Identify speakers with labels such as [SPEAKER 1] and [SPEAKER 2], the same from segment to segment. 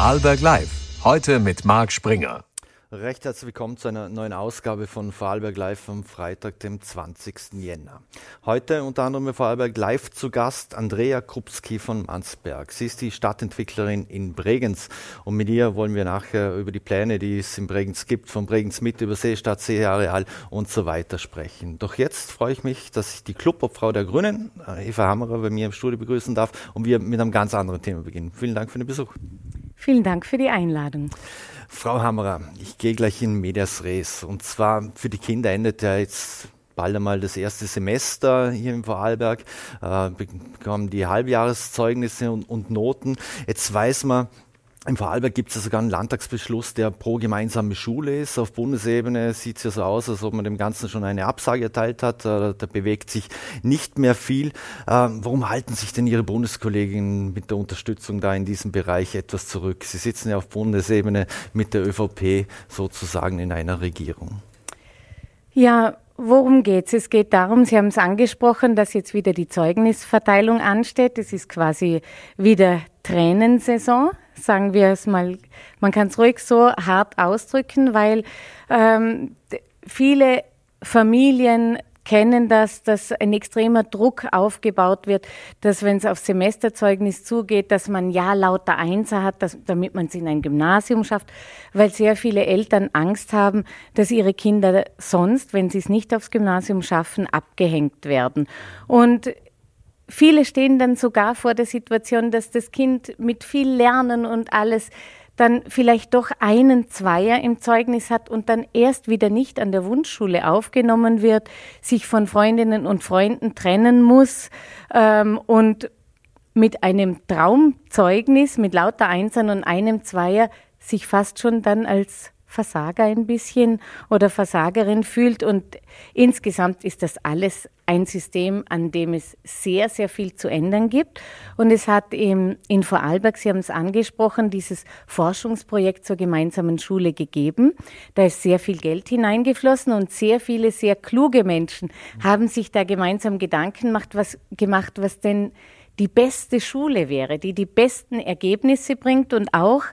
[SPEAKER 1] Vorarlberg Live. Heute mit Marc Springer.
[SPEAKER 2] Recht herzlich willkommen zu einer neuen Ausgabe von Vorarlberg Live am Freitag, dem 20. Jänner. Heute unter anderem bei Vorarlberg Live zu Gast Andrea Krupski von Mansberg. Sie ist die Stadtentwicklerin in Bregenz und mit ihr wollen wir nachher über die Pläne, die es in Bregenz gibt, von Bregenz Mitte über Seestadt, Seeareal und so weiter sprechen. Doch jetzt freue ich mich, dass ich die Clubobfrau der Grünen, Eva Hammerer, bei mir im Studio begrüßen darf und wir mit einem ganz anderen Thema beginnen. Vielen Dank für den Besuch.
[SPEAKER 3] Vielen Dank für die Einladung.
[SPEAKER 2] Frau Hammerer, ich gehe gleich in medias res. Und zwar für die Kinder endet ja jetzt bald einmal das erste Semester hier in Vorarlberg, bekommen die Halbjahreszeugnisse und Noten. Jetzt weiß man, in Vorarlberg gibt es ja sogar einen Landtagsbeschluss, der pro gemeinsame Schule ist. Auf Bundesebene sieht es ja so aus, als ob man dem Ganzen schon eine Absage erteilt hat. Da bewegt sich nicht mehr viel. Warum halten sich denn Ihre Bundeskolleginnen mit der Unterstützung da in diesem Bereich etwas zurück? Sie sitzen ja auf Bundesebene mit der ÖVP sozusagen in einer Regierung.
[SPEAKER 3] Ja, worum geht's? Es geht darum, Sie haben es angesprochen, dass jetzt wieder die Zeugnisverteilung ansteht. Es ist quasi wieder Tränensaison, sagen wir es mal. Man kann es ruhig so hart ausdrücken, weil viele Familien kennen das, dass ein extremer Druck aufgebaut wird, dass wenn es auf Semesterzeugnis zugeht, dass man ja lauter Einser hat, damit man es in ein Gymnasium schafft, weil sehr viele Eltern Angst haben, dass ihre Kinder sonst, wenn sie es nicht aufs Gymnasium schaffen, abgehängt werden. Und viele stehen dann sogar vor der Situation, dass das Kind mit viel Lernen und alles dann vielleicht doch einen Zweier im Zeugnis hat und dann erst wieder nicht an der Wunschschule aufgenommen wird, sich von Freundinnen und Freunden trennen muss und mit einem Traumzeugnis, mit lauter Einsern und einem Zweier sich fast schon dann als Versager ein bisschen oder Versagerin fühlt. Und insgesamt ist das alles ein System, an dem es sehr, sehr viel zu ändern gibt. Und es hat in Vorarlberg, Sie haben es angesprochen, dieses Forschungsprojekt zur gemeinsamen Schule gegeben. Da ist sehr viel Geld hineingeflossen und sehr viele, sehr kluge Menschen haben sich da gemeinsam Gedanken gemacht, was denn die beste Schule wäre, die die besten Ergebnisse bringt. Und auch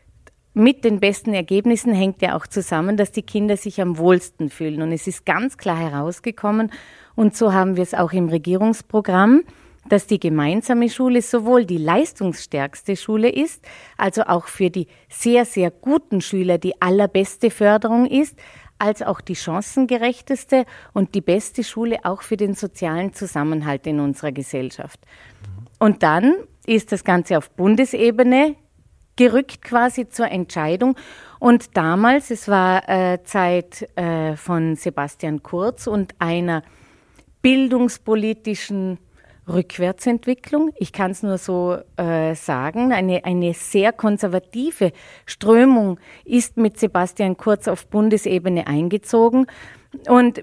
[SPEAKER 3] mit den besten Ergebnissen hängt ja auch zusammen, dass die Kinder sich am wohlsten fühlen. Und es ist ganz klar herausgekommen, und so haben wir es auch im Regierungsprogramm, dass die gemeinsame Schule sowohl die leistungsstärkste Schule ist, also auch für die sehr, sehr guten Schüler die allerbeste Förderung ist, als auch die chancengerechteste und die beste Schule auch für den sozialen Zusammenhalt in unserer Gesellschaft. Und dann ist das Ganze auf Bundesebene gerückt quasi zur Entscheidung. Und damals, es war Zeit von Sebastian Kurz und einer bildungspolitischen Rückwärtsentwicklung. Ich kann es nur so sagen. Eine sehr konservative Strömung ist mit Sebastian Kurz auf Bundesebene eingezogen. Und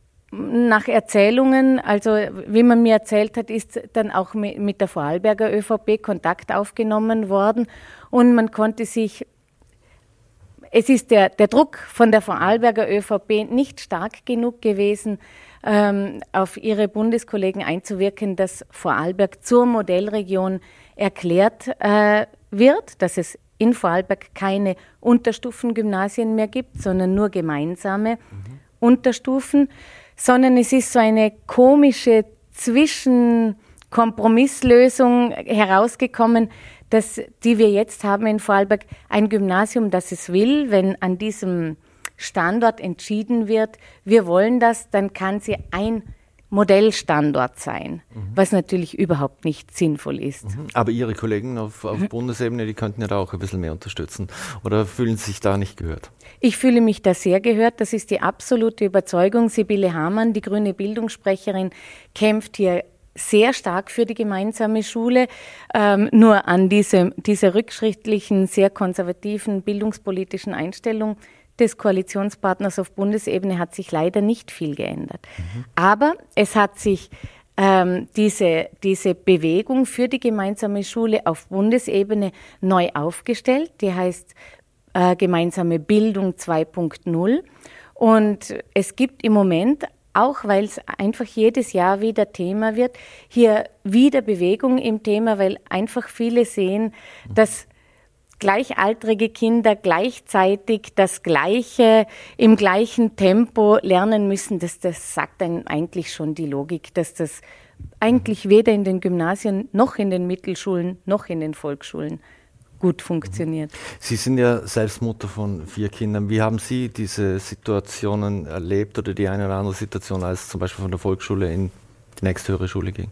[SPEAKER 3] nach Erzählungen, also wie man mir erzählt hat, ist dann auch mit der Vorarlberger ÖVP Kontakt aufgenommen worden und man konnte sich, es ist der Druck von der Vorarlberger ÖVP nicht stark genug gewesen, auf ihre Bundeskollegen einzuwirken, dass Vorarlberg zur Modellregion erklärt wird, dass es in Vorarlberg keine Unterstufengymnasien mehr gibt, sondern nur gemeinsame Unterstufen, sondern es ist so eine komische Zwischenkompromisslösung herausgekommen, die wir jetzt haben in Vorarlberg. Ein Gymnasium, das es will, wenn an diesem Standort entschieden wird, wir wollen das, dann kann sie ein Modellstandort sein, was natürlich überhaupt nicht sinnvoll ist.
[SPEAKER 2] Aber Ihre Kollegen auf Bundesebene, die könnten ja da auch ein bisschen mehr unterstützen. Oder fühlen Sie sich da nicht gehört?
[SPEAKER 3] Ich fühle mich da sehr gehört. Das ist die absolute Überzeugung. Sibylle Hamann, die grüne Bildungssprecherin, kämpft hier sehr stark für die gemeinsame Schule. Nur an dieser rückschrittlichen, sehr konservativen bildungspolitischen Einstellung des Koalitionspartners auf Bundesebene hat sich leider nicht viel geändert. Aber es hat sich diese Bewegung für die gemeinsame Schule auf Bundesebene neu aufgestellt. Die heißt Gemeinsame Bildung 2.0. Und es gibt im Moment, auch weil es einfach jedes Jahr wieder Thema wird, hier wieder Bewegung im Thema, weil einfach viele sehen, dass gleichaltrige Kinder gleichzeitig das Gleiche im gleichen Tempo lernen müssen, das sagt einem eigentlich schon die Logik, dass das eigentlich weder in den Gymnasien noch in den Mittelschulen noch in den Volksschulen gut funktioniert.
[SPEAKER 2] Sie sind ja selbst Mutter von 4 Kindern. Wie haben Sie diese Situationen erlebt oder die eine oder andere Situation, als zum Beispiel von der Volksschule in die nächste höhere Schule ging?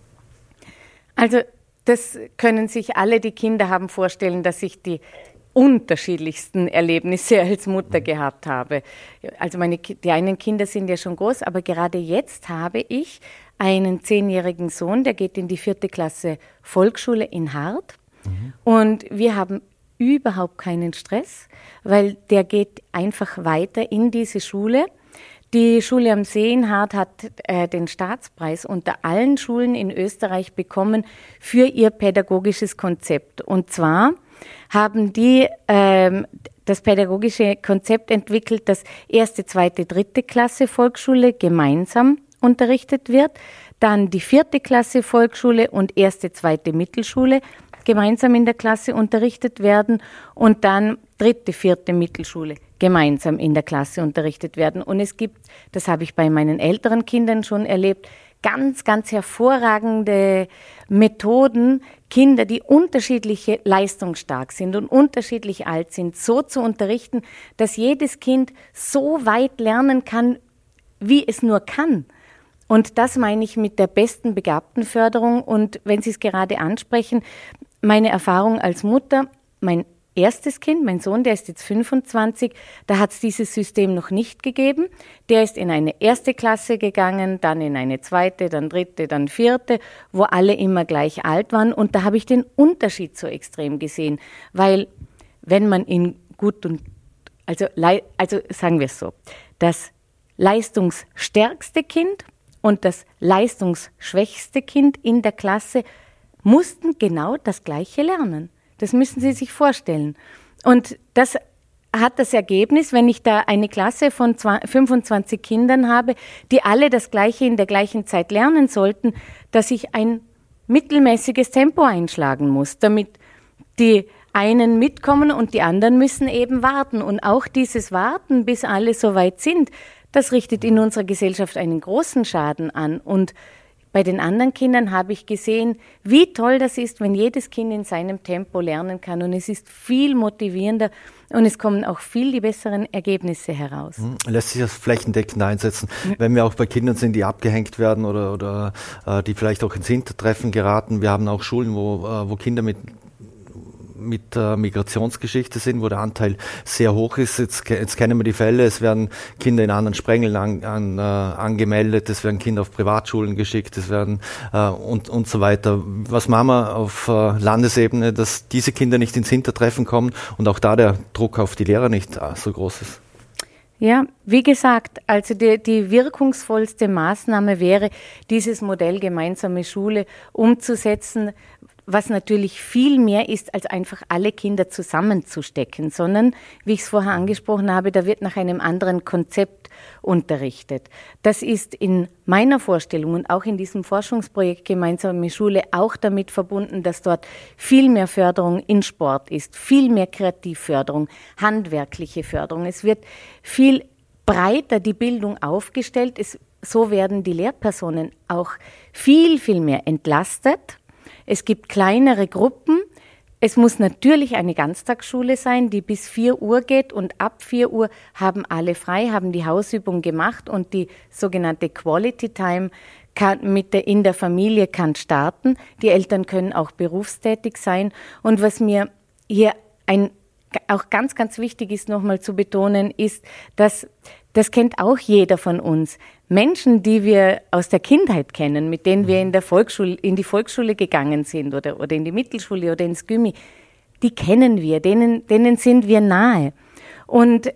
[SPEAKER 3] Also das können sich alle, die Kinder haben, vorstellen, dass ich die unterschiedlichsten Erlebnisse als Mutter gehabt habe. Also die einen Kinder sind ja schon groß, aber gerade jetzt habe ich einen 10-jährigen Sohn, der geht in die 4. Klasse Volksschule in Hart. Und wir haben überhaupt keinen Stress, weil der geht einfach weiter in diese Schule. Die Schule am See in Hart hat den Staatspreis unter allen Schulen in Österreich bekommen für ihr pädagogisches Konzept. Und zwar haben die das pädagogische Konzept entwickelt, dass 1., 2., 3. Klasse Volksschule gemeinsam unterrichtet wird, dann die 4. Klasse Volksschule und 1., 2. Mittelschule gemeinsam in der Klasse unterrichtet werden und dann 3., 4. Mittelschule gemeinsam in der Klasse unterrichtet werden. Und es gibt, das habe ich bei meinen älteren Kindern schon erlebt, ganz, ganz hervorragende Methoden, Kinder, die unterschiedlich leistungsstark sind und unterschiedlich alt sind, so zu unterrichten, dass jedes Kind so weit lernen kann, wie es nur kann. Und das meine ich mit der besten Begabtenförderung. Und wenn Sie es gerade ansprechen, meine Erfahrung als Mutter, mein erstes Kind, mein Sohn, der ist jetzt 25, da hat es dieses System noch nicht gegeben. Der ist in eine 1. Klasse gegangen, dann in eine 2., dann 3., dann 4., wo alle immer gleich alt waren. Und da habe ich den Unterschied so extrem gesehen, weil wenn man in also sagen wir es so, das leistungsstärkste Kind und das leistungsschwächste Kind in der Klasse mussten genau das Gleiche lernen. Das müssen Sie sich vorstellen. Und das hat das Ergebnis, wenn ich da eine Klasse von 25 Kindern habe, die alle das Gleiche in der gleichen Zeit lernen sollten, dass ich ein mittelmäßiges Tempo einschlagen muss, damit die einen mitkommen und die anderen müssen eben warten. Und auch dieses Warten, bis alle so weit sind, das richtet in unserer Gesellschaft einen großen Schaden an. Und bei den anderen Kindern habe ich gesehen, wie toll das ist, wenn jedes Kind in seinem Tempo lernen kann. Und es ist viel motivierender und es kommen auch viel die besseren Ergebnisse heraus.
[SPEAKER 2] Lässt sich das flächendeckend einsetzen, wenn wir auch bei Kindern sind, die abgehängt werden oder die vielleicht auch ins Hintertreffen geraten. Wir haben auch Schulen, wo Kinder mit Migrationsgeschichte sind, wo der Anteil sehr hoch ist. Jetzt kennen wir die Fälle, es werden Kinder in anderen Sprengeln angemeldet, es werden Kinder auf Privatschulen geschickt, es werden und so weiter. Was machen wir auf Landesebene, dass diese Kinder nicht ins Hintertreffen kommen und auch da der Druck auf die Lehrer nicht so groß ist?
[SPEAKER 3] Ja, wie gesagt, also die wirkungsvollste Maßnahme wäre, dieses Modell gemeinsame Schule umzusetzen, was natürlich viel mehr ist, als einfach alle Kinder zusammenzustecken, sondern, wie ich es vorher angesprochen habe, da wird nach einem anderen Konzept unterrichtet. Das ist in meiner Vorstellung und auch in diesem Forschungsprojekt Gemeinsame Schule auch damit verbunden, dass dort viel mehr Förderung in Sport ist, viel mehr Kreativförderung, handwerkliche Förderung. Es wird viel breiter die Bildung aufgestellt. So werden die Lehrpersonen auch viel, viel mehr entlastet. Es gibt kleinere Gruppen. Es muss natürlich eine Ganztagsschule sein, die bis 4 Uhr geht und ab 4 Uhr haben alle frei, haben die Hausübung gemacht und die sogenannte Quality Time in der Familie kann starten. Die Eltern können auch berufstätig sein. Und was mir hier auch ganz, ganz wichtig ist, nochmal zu betonen, ist, dass das kennt auch jeder von uns. Menschen, die wir aus der Kindheit kennen, mit denen wir in die Volksschule gegangen sind oder in die Mittelschule oder ins Gymi, die kennen wir, denen sind wir nahe. Und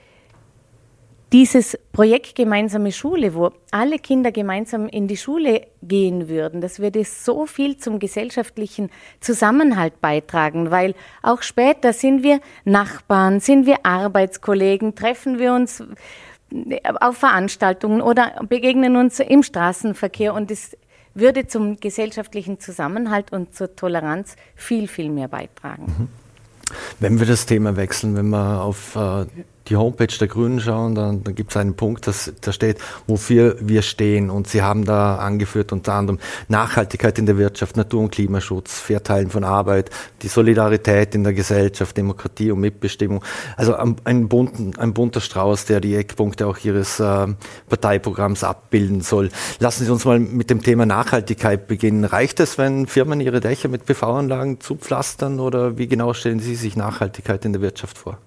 [SPEAKER 3] dieses Projekt Gemeinsame Schule, wo alle Kinder gemeinsam in die Schule gehen würden, das würde so viel zum gesellschaftlichen Zusammenhalt beitragen, weil auch später sind wir Nachbarn, sind wir Arbeitskollegen, treffen wir uns auf Veranstaltungen oder begegnen uns im Straßenverkehr und es würde zum gesellschaftlichen Zusammenhalt und zur Toleranz viel, viel mehr beitragen.
[SPEAKER 2] Wenn wir das Thema wechseln, wenn wir auf die Homepage der Grünen schauen, dann gibt es einen Punkt, da steht, wofür wir stehen. Und Sie haben da angeführt unter anderem Nachhaltigkeit in der Wirtschaft, Natur- und Klimaschutz, Fairteilen von Arbeit, die Solidarität in der Gesellschaft, Demokratie und Mitbestimmung. Also ein bunter Strauß, der die Eckpunkte auch Ihres Parteiprogramms abbilden soll. Lassen Sie uns mal mit dem Thema Nachhaltigkeit beginnen. Reicht es, wenn Firmen ihre Dächer mit PV-Anlagen zupflastern, oder wie genau stellen Sie sich Nachhaltigkeit in der Wirtschaft vor?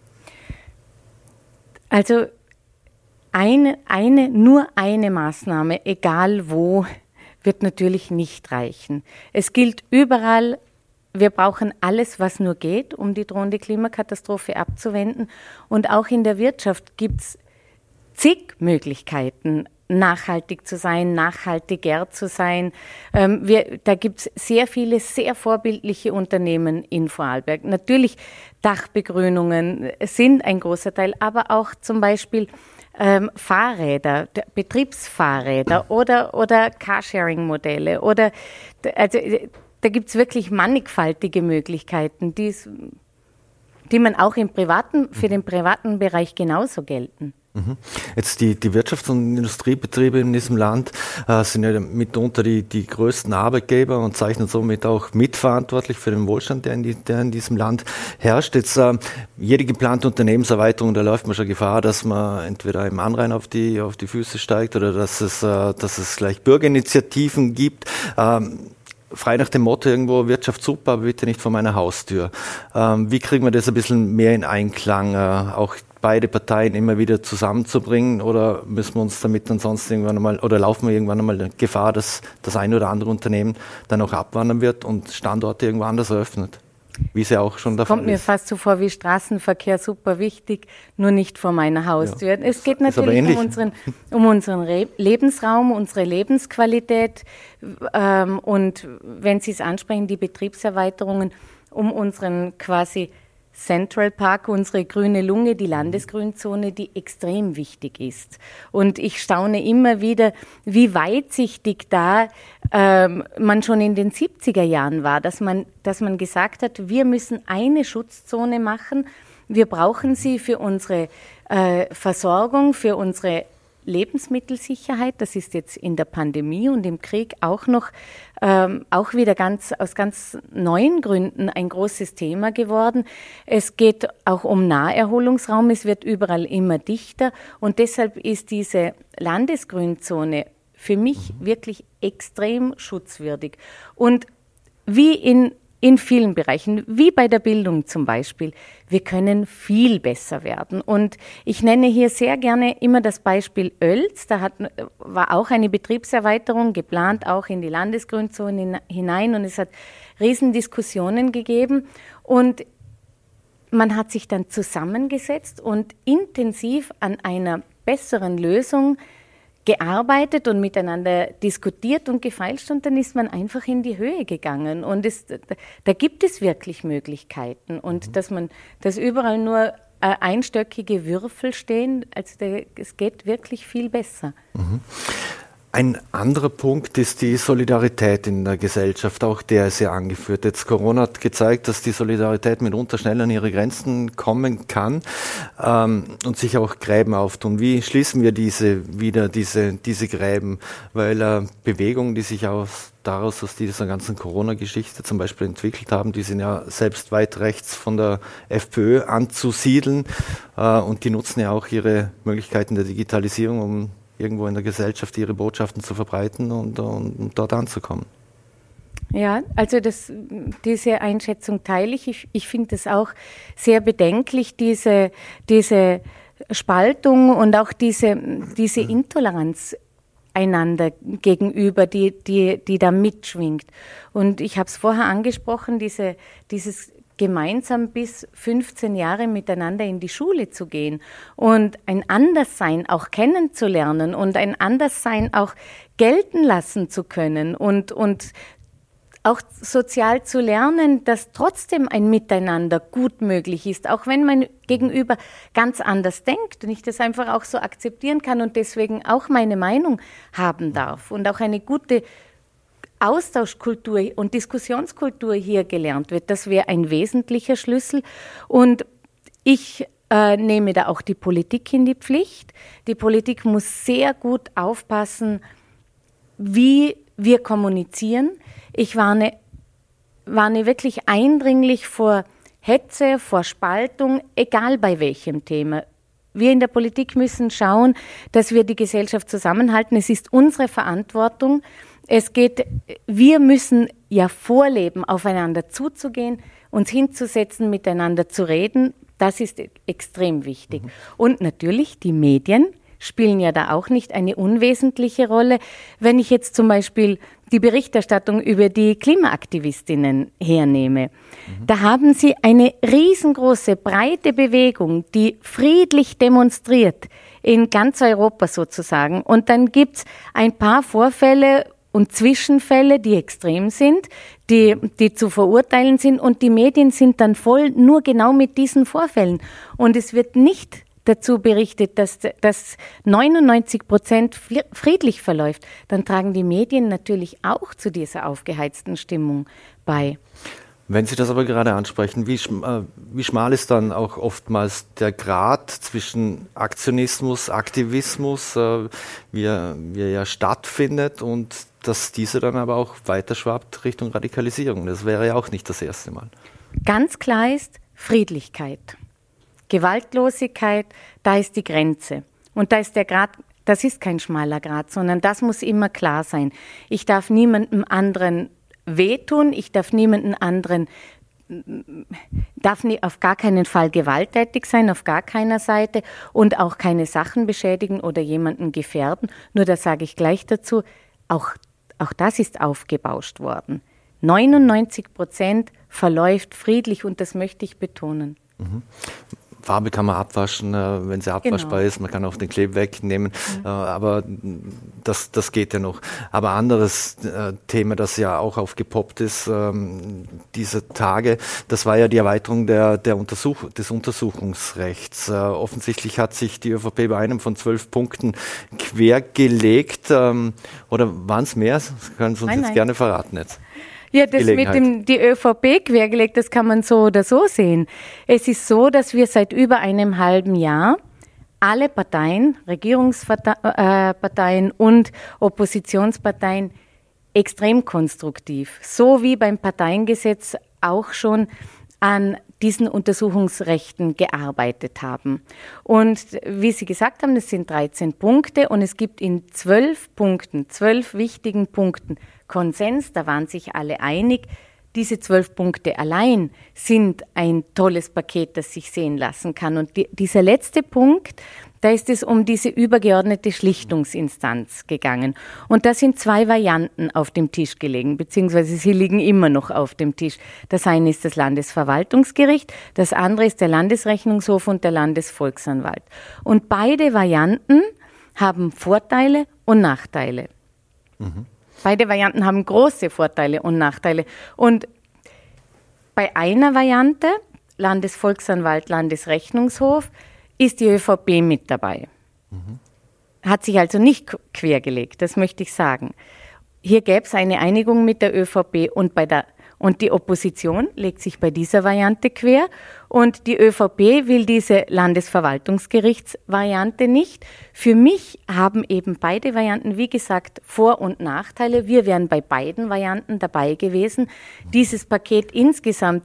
[SPEAKER 3] Also nur eine Maßnahme, egal wo, wird natürlich nicht reichen. Es gilt überall, wir brauchen alles, was nur geht, um die drohende Klimakatastrophe abzuwenden. Und auch in der Wirtschaft gibt es zig Möglichkeiten, nachhaltig zu sein, nachhaltiger zu sein. Da gibt es sehr viele, sehr vorbildliche Unternehmen in Vorarlberg. Natürlich Dachbegrünungen sind ein großer Teil, aber auch zum Beispiel Fahrräder, Betriebsfahrräder oder Carsharing-Modelle. Also da gibt es wirklich mannigfaltige Möglichkeiten, die man auch für den privaten Bereich genauso gelten.
[SPEAKER 2] Jetzt die Wirtschafts- und Industriebetriebe in diesem Land sind ja mitunter die größten Arbeitgeber und zeichnen somit auch mitverantwortlich für den Wohlstand, der in diesem Land herrscht. Jetzt jede geplante Unternehmenserweiterung, da läuft man schon Gefahr, dass man entweder im Anrain auf die Füße steigt oder dass es gleich Bürgerinitiativen gibt. Frei nach dem Motto irgendwo, Wirtschaft super, aber bitte nicht vor meiner Haustür. Wie kriegen wir das ein bisschen mehr in Einklang, auch beide Parteien immer wieder zusammenzubringen, oder müssen wir uns damit ansonsten irgendwann einmal, oder laufen wir irgendwann einmal Gefahr, dass das ein oder andere Unternehmen dann auch abwandern wird und Standorte irgendwo anders eröffnet? Wie es ja auch schon davon ist.
[SPEAKER 3] Kommt mir fast so vor wie Straßenverkehr, super wichtig, nur nicht vor meiner Haustür. Ja, es geht natürlich um unseren Lebensraum, unsere Lebensqualität und wenn Sie es ansprechen, die Betriebserweiterungen, um unseren quasi Central Park, unsere grüne Lunge, die Landesgrünzone, die extrem wichtig ist. Und ich staune immer wieder, wie weitsichtig da man schon in den 70er Jahren war, dass man gesagt hat, wir müssen eine Schutzzone machen, wir brauchen sie für unsere Versorgung, für unsere Lebensmittelsicherheit. Das ist jetzt in der Pandemie und im Krieg auch wieder aus ganz neuen Gründen ein großes Thema geworden. Es geht auch um Naherholungsraum. Es wird überall immer dichter und deshalb ist diese Landesgrünzone für mich wirklich extrem schutzwürdig. Und wie in vielen Bereichen, wie bei der Bildung zum Beispiel. Wir können viel besser werden. Und ich nenne hier sehr gerne immer das Beispiel Oelz. Da war auch eine Betriebserweiterung geplant, auch in die Landesgrünzone hinein. Und es hat Riesendiskussionen gegeben. Und man hat sich dann zusammengesetzt und intensiv an einer besseren Lösung gearbeitet und miteinander diskutiert und gefeilscht, und dann ist man einfach in die Höhe gegangen. Und da gibt es wirklich Möglichkeiten. Und dass überall nur einstöckige Würfel stehen, also es geht wirklich viel besser. Mhm.
[SPEAKER 2] Ein anderer Punkt ist die Solidarität in der Gesellschaft, auch der ist ja angeführt. Jetzt Corona hat gezeigt, dass die Solidarität mitunter schnell an ihre Grenzen kommen kann und sich auch Gräben auftun. Wie schließen wir diese Gräben? Weil Bewegungen, die sich aus dieser ganzen Corona-Geschichte zum Beispiel entwickelt haben, die sind ja selbst weit rechts von der FPÖ anzusiedeln und die nutzen ja auch ihre Möglichkeiten der Digitalisierung, um irgendwo in der Gesellschaft ihre Botschaften zu verbreiten und dort anzukommen.
[SPEAKER 3] Ja, also diese Einschätzung teile ich. Ich finde es auch sehr bedenklich, diese Spaltung und auch diese Intoleranz einander gegenüber, die da mitschwingt. Und ich habe es vorher angesprochen, dieses gemeinsam bis 15 Jahre miteinander in die Schule zu gehen und ein Anderssein auch kennenzulernen und ein Anderssein auch gelten lassen zu können und auch sozial zu lernen, dass trotzdem ein Miteinander gut möglich ist, auch wenn mein Gegenüber ganz anders denkt und ich das einfach auch so akzeptieren kann und deswegen auch meine Meinung haben darf und auch eine gute Austauschkultur und Diskussionskultur hier gelernt wird, das wäre ein wesentlicher Schlüssel. Und ich nehme da auch die Politik in die Pflicht. Die Politik muss sehr gut aufpassen, wie wir kommunizieren. Ich warne wirklich eindringlich vor Hetze, vor Spaltung, egal bei welchem Thema. Wir in der Politik müssen schauen, dass wir die Gesellschaft zusammenhalten. Es ist unsere Verantwortung. Wir müssen ja vorleben, aufeinander zuzugehen, uns hinzusetzen, miteinander zu reden. Das ist extrem wichtig. Und natürlich die Medien spielen ja da auch nicht eine unwesentliche Rolle. Wenn ich jetzt zum Beispiel die Berichterstattung über die Klimaaktivistinnen hernehme, da haben sie eine riesengroße, breite Bewegung, die friedlich demonstriert, in ganz Europa sozusagen. Und dann gibt's ein paar Vorfälle und Zwischenfälle, die extrem sind, die zu verurteilen sind. Und die Medien sind dann voll nur genau mit diesen Vorfällen. Und es wird nicht dazu berichtet, dass 99% friedlich verläuft, dann tragen die Medien natürlich auch zu dieser aufgeheizten Stimmung bei.
[SPEAKER 2] Wenn Sie das aber gerade ansprechen, wie schmal ist dann auch oftmals der Grat zwischen Aktionismus, Aktivismus, wie er ja stattfindet und dass diese dann aber auch weiter schwappt Richtung Radikalisierung. Das wäre ja auch nicht das erste Mal.
[SPEAKER 3] Ganz klar ist Friedlichkeit. Gewaltlosigkeit, da ist die Grenze. Und da ist der Grat, das ist kein schmaler Grat, sondern das muss immer klar sein. Ich darf niemandem anderen wehtun, ich darf niemanden anderen, auf gar keinen Fall gewalttätig sein, auf gar keiner Seite und auch keine Sachen beschädigen oder jemanden gefährden. Nur das sage ich gleich dazu, auch das ist aufgebauscht worden. 99% verläuft friedlich und das möchte ich betonen.
[SPEAKER 2] Farbe kann man abwaschen, wenn sie abwaschbar ist. Man kann auch den Kleb wegnehmen, aber das geht ja noch. Aber anderes Thema, das ja auch aufgepoppt ist diese Tage, das war ja die Erweiterung des Untersuchungsrechts. Offensichtlich hat sich die ÖVP bei einem von 12 Punkten quergelegt. Oder waren es mehr? Das können Sie uns jetzt gerne verraten jetzt.
[SPEAKER 3] Ja, das mit die ÖVP quergelegt, das kann man so oder so sehen. Es ist so, dass wir seit über einem halben Jahr alle Parteien, Regierungsparteien und Oppositionsparteien extrem konstruktiv, so wie beim Parteiengesetz auch schon an diesen Untersuchungsrechten gearbeitet haben. Und wie Sie gesagt haben, es sind 13 Punkte und es gibt in 12 wichtigen Punkten Konsens, da waren sich alle einig. Diese 12 Punkte allein sind ein tolles Paket, das sich sehen lassen kann. Und dieser letzte Punkt, da ist es um diese übergeordnete Schlichtungsinstanz gegangen. Und da sind 2 Varianten auf dem Tisch gelegen, beziehungsweise sie liegen immer noch auf dem Tisch. Das eine ist das Landesverwaltungsgericht, das andere ist der Landesrechnungshof und der Landesvolksanwalt. Und beide Varianten haben Vorteile und Nachteile. Beide Varianten haben große Vorteile und Nachteile. Und bei einer Variante, Landesvolksanwalt, Landesrechnungshof, ist die ÖVP mit dabei. Hat sich also nicht quergelegt, das möchte ich sagen. Hier gäbe es eine Einigung mit der ÖVP und die Opposition legt sich bei dieser Variante quer und die ÖVP will diese Landesverwaltungsgerichtsvariante nicht. Für mich haben eben beide Varianten, wie gesagt, Vor- und Nachteile. Wir wären bei beiden Varianten dabei gewesen. Dieses Paket insgesamt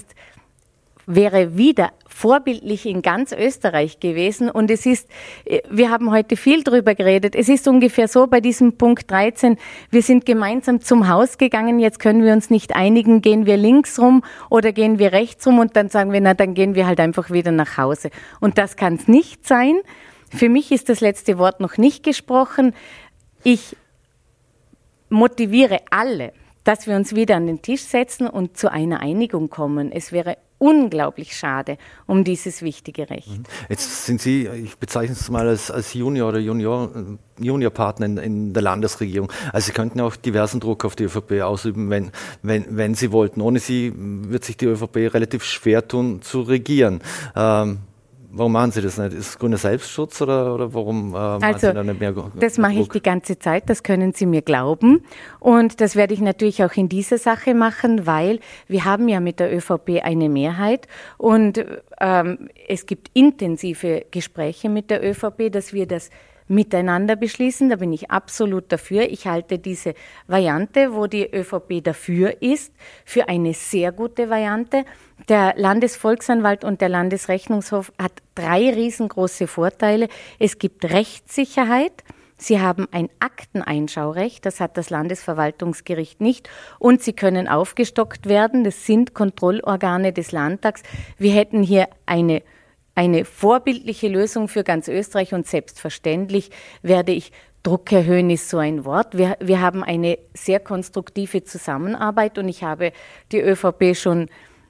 [SPEAKER 3] wäre wieder vorbildlich in ganz Österreich gewesen und wir haben heute viel drüber geredet, es ist ungefähr so bei diesem Punkt 13, wir sind gemeinsam zum Haus gegangen, jetzt können wir uns nicht einigen, gehen wir links rum oder gehen wir rechts rum und dann sagen wir, na dann gehen wir halt einfach wieder nach Hause. Und das kann es nicht sein. Für mich ist das letzte Wort noch nicht gesprochen. Ich motiviere alle, dass wir uns wieder an den Tisch setzen und zu einer Einigung kommen. Es wäre unglaublich schade um dieses wichtige Recht.
[SPEAKER 2] Jetzt sind Sie, ich bezeichne es mal als Junior oder Juniorpartner in der Landesregierung. Also Sie könnten auch diversen Druck auf die ÖVP ausüben, wenn Sie wollten. Ohne Sie wird sich die ÖVP relativ schwer tun zu regieren. Warum machen Sie das nicht? Ist es grüner Selbstschutz oder warum machen Sie da nicht mehr Druck?
[SPEAKER 3] Das mache ich die ganze Zeit, das können Sie mir glauben. Und das werde ich natürlich auch in dieser Sache machen, weil wir haben ja mit der ÖVP eine Mehrheit und es gibt intensive Gespräche mit der ÖVP, dass wir das miteinander beschließen. Da bin ich absolut dafür. Ich halte diese Variante, wo die ÖVP dafür ist, für eine sehr gute Variante. Der Landesvolksanwalt und der Landesrechnungshof hat 3 riesengroße Vorteile. Es gibt Rechtssicherheit. Sie haben ein Akteneinschaurecht, das hat das Landesverwaltungsgericht nicht. Und sie können aufgestockt werden. Das sind Kontrollorgane des Landtags. Wir hätten hier eine vorbildliche Lösung für ganz Österreich und selbstverständlich werde ich Druck erhöhen ist so ein Wort. Wir haben eine sehr konstruktive Zusammenarbeit und ich habe die ÖVP schon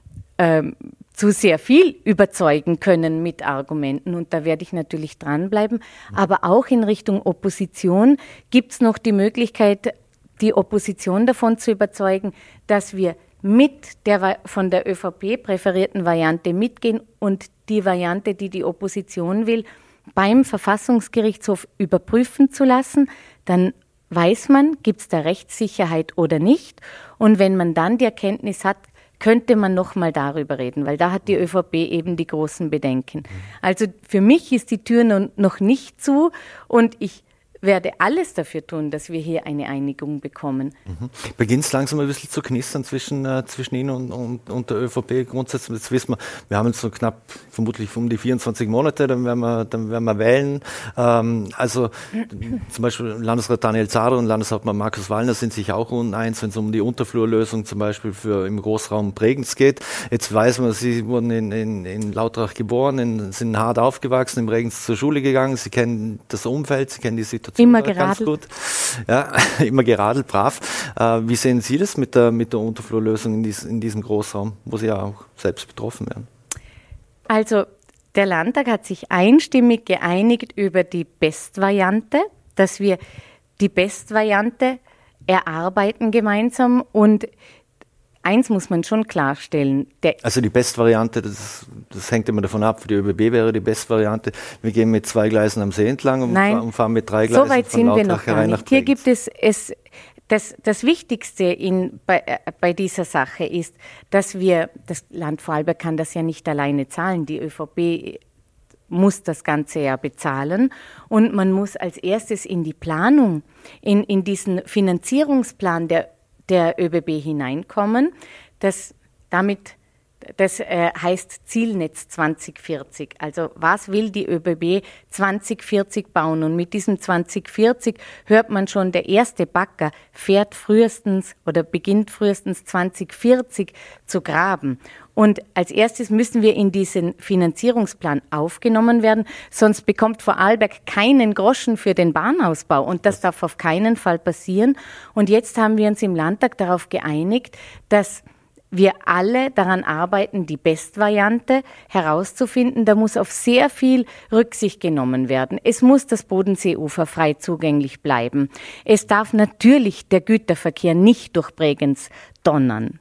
[SPEAKER 3] zu sehr viel überzeugen können mit Argumenten und da werde ich natürlich dranbleiben. Aber auch in Richtung Opposition gibt es noch die Möglichkeit, die Opposition davon zu überzeugen, dass wir mit der von der ÖVP präferierten Variante mitgehen und die Variante, die die Opposition will, beim Verfassungsgerichtshof überprüfen zu lassen. Dann weiß man, gibt es da Rechtssicherheit oder nicht. Und wenn man dann die Erkenntnis hat, könnte man noch mal darüber reden, weil da hat die ÖVP eben die großen Bedenken. Also für mich ist die Tür noch nicht zu und ich werde alles dafür tun, dass wir hier eine Einigung bekommen.
[SPEAKER 2] Beginnt es langsam ein bisschen zu knistern zwischen Ihnen und der ÖVP grundsätzlich? Jetzt wissen wir haben jetzt so knapp, vermutlich um die 24 Monate, dann werden wir wählen. Also zum Beispiel Landesrat Daniel Zarer und Landeshauptmann Markus Wallner sind sich auch uneins, wenn es um die Unterflurlösung zum Beispiel für im Großraum Bregenz geht. Jetzt weiß man, Sie wurden in Lautrach geboren, sind hart aufgewachsen, in Bregenz zur Schule gegangen, Sie kennen das Umfeld, Sie kennen die Situation.
[SPEAKER 3] Immer geradelt.
[SPEAKER 2] Gut. Ja, immer geradelt, brav. Wie sehen Sie das mit der Unterflurlösung in diesem Großraum, wo Sie ja auch selbst betroffen werden?
[SPEAKER 3] Also der Landtag hat sich einstimmig geeinigt über die Bestvariante, dass wir die Bestvariante erarbeiten gemeinsam und eins muss man schon klarstellen.
[SPEAKER 2] Also die Bestvariante, das hängt immer davon ab, für die ÖBB wäre die Bestvariante. Wir gehen mit 2 Gleisen am See entlang und fahren mit 3 Gleisen
[SPEAKER 3] so weit
[SPEAKER 2] von Lautrach herein nach Bregenz.
[SPEAKER 3] Hier gibt es das Wichtigste bei dieser Sache ist, dass das Land Vorarlberg kann das ja nicht alleine zahlen. Die ÖVP muss das Ganze ja bezahlen und man muss als erstes in die Planung, in diesen Finanzierungsplan der ÖBB hineinkommen. Das heißt Zielnetz 2040. Also was will die ÖBB 2040 bauen? Und mit diesem 2040 hört man schon, der erste Bagger beginnt frühestens 2040 zu graben. Und als erstes müssen wir in diesen Finanzierungsplan aufgenommen werden, sonst bekommt Vorarlberg keinen Groschen für den Bahnausbau. Und das darf auf keinen Fall passieren. Und jetzt haben wir uns im Landtag darauf geeinigt, dass wir alle daran arbeiten, die Bestvariante herauszufinden. Da muss auf sehr viel Rücksicht genommen werden. Es muss das Bodenseeufer frei zugänglich bleiben. Es darf natürlich der Güterverkehr nicht durch Bregenz donnern.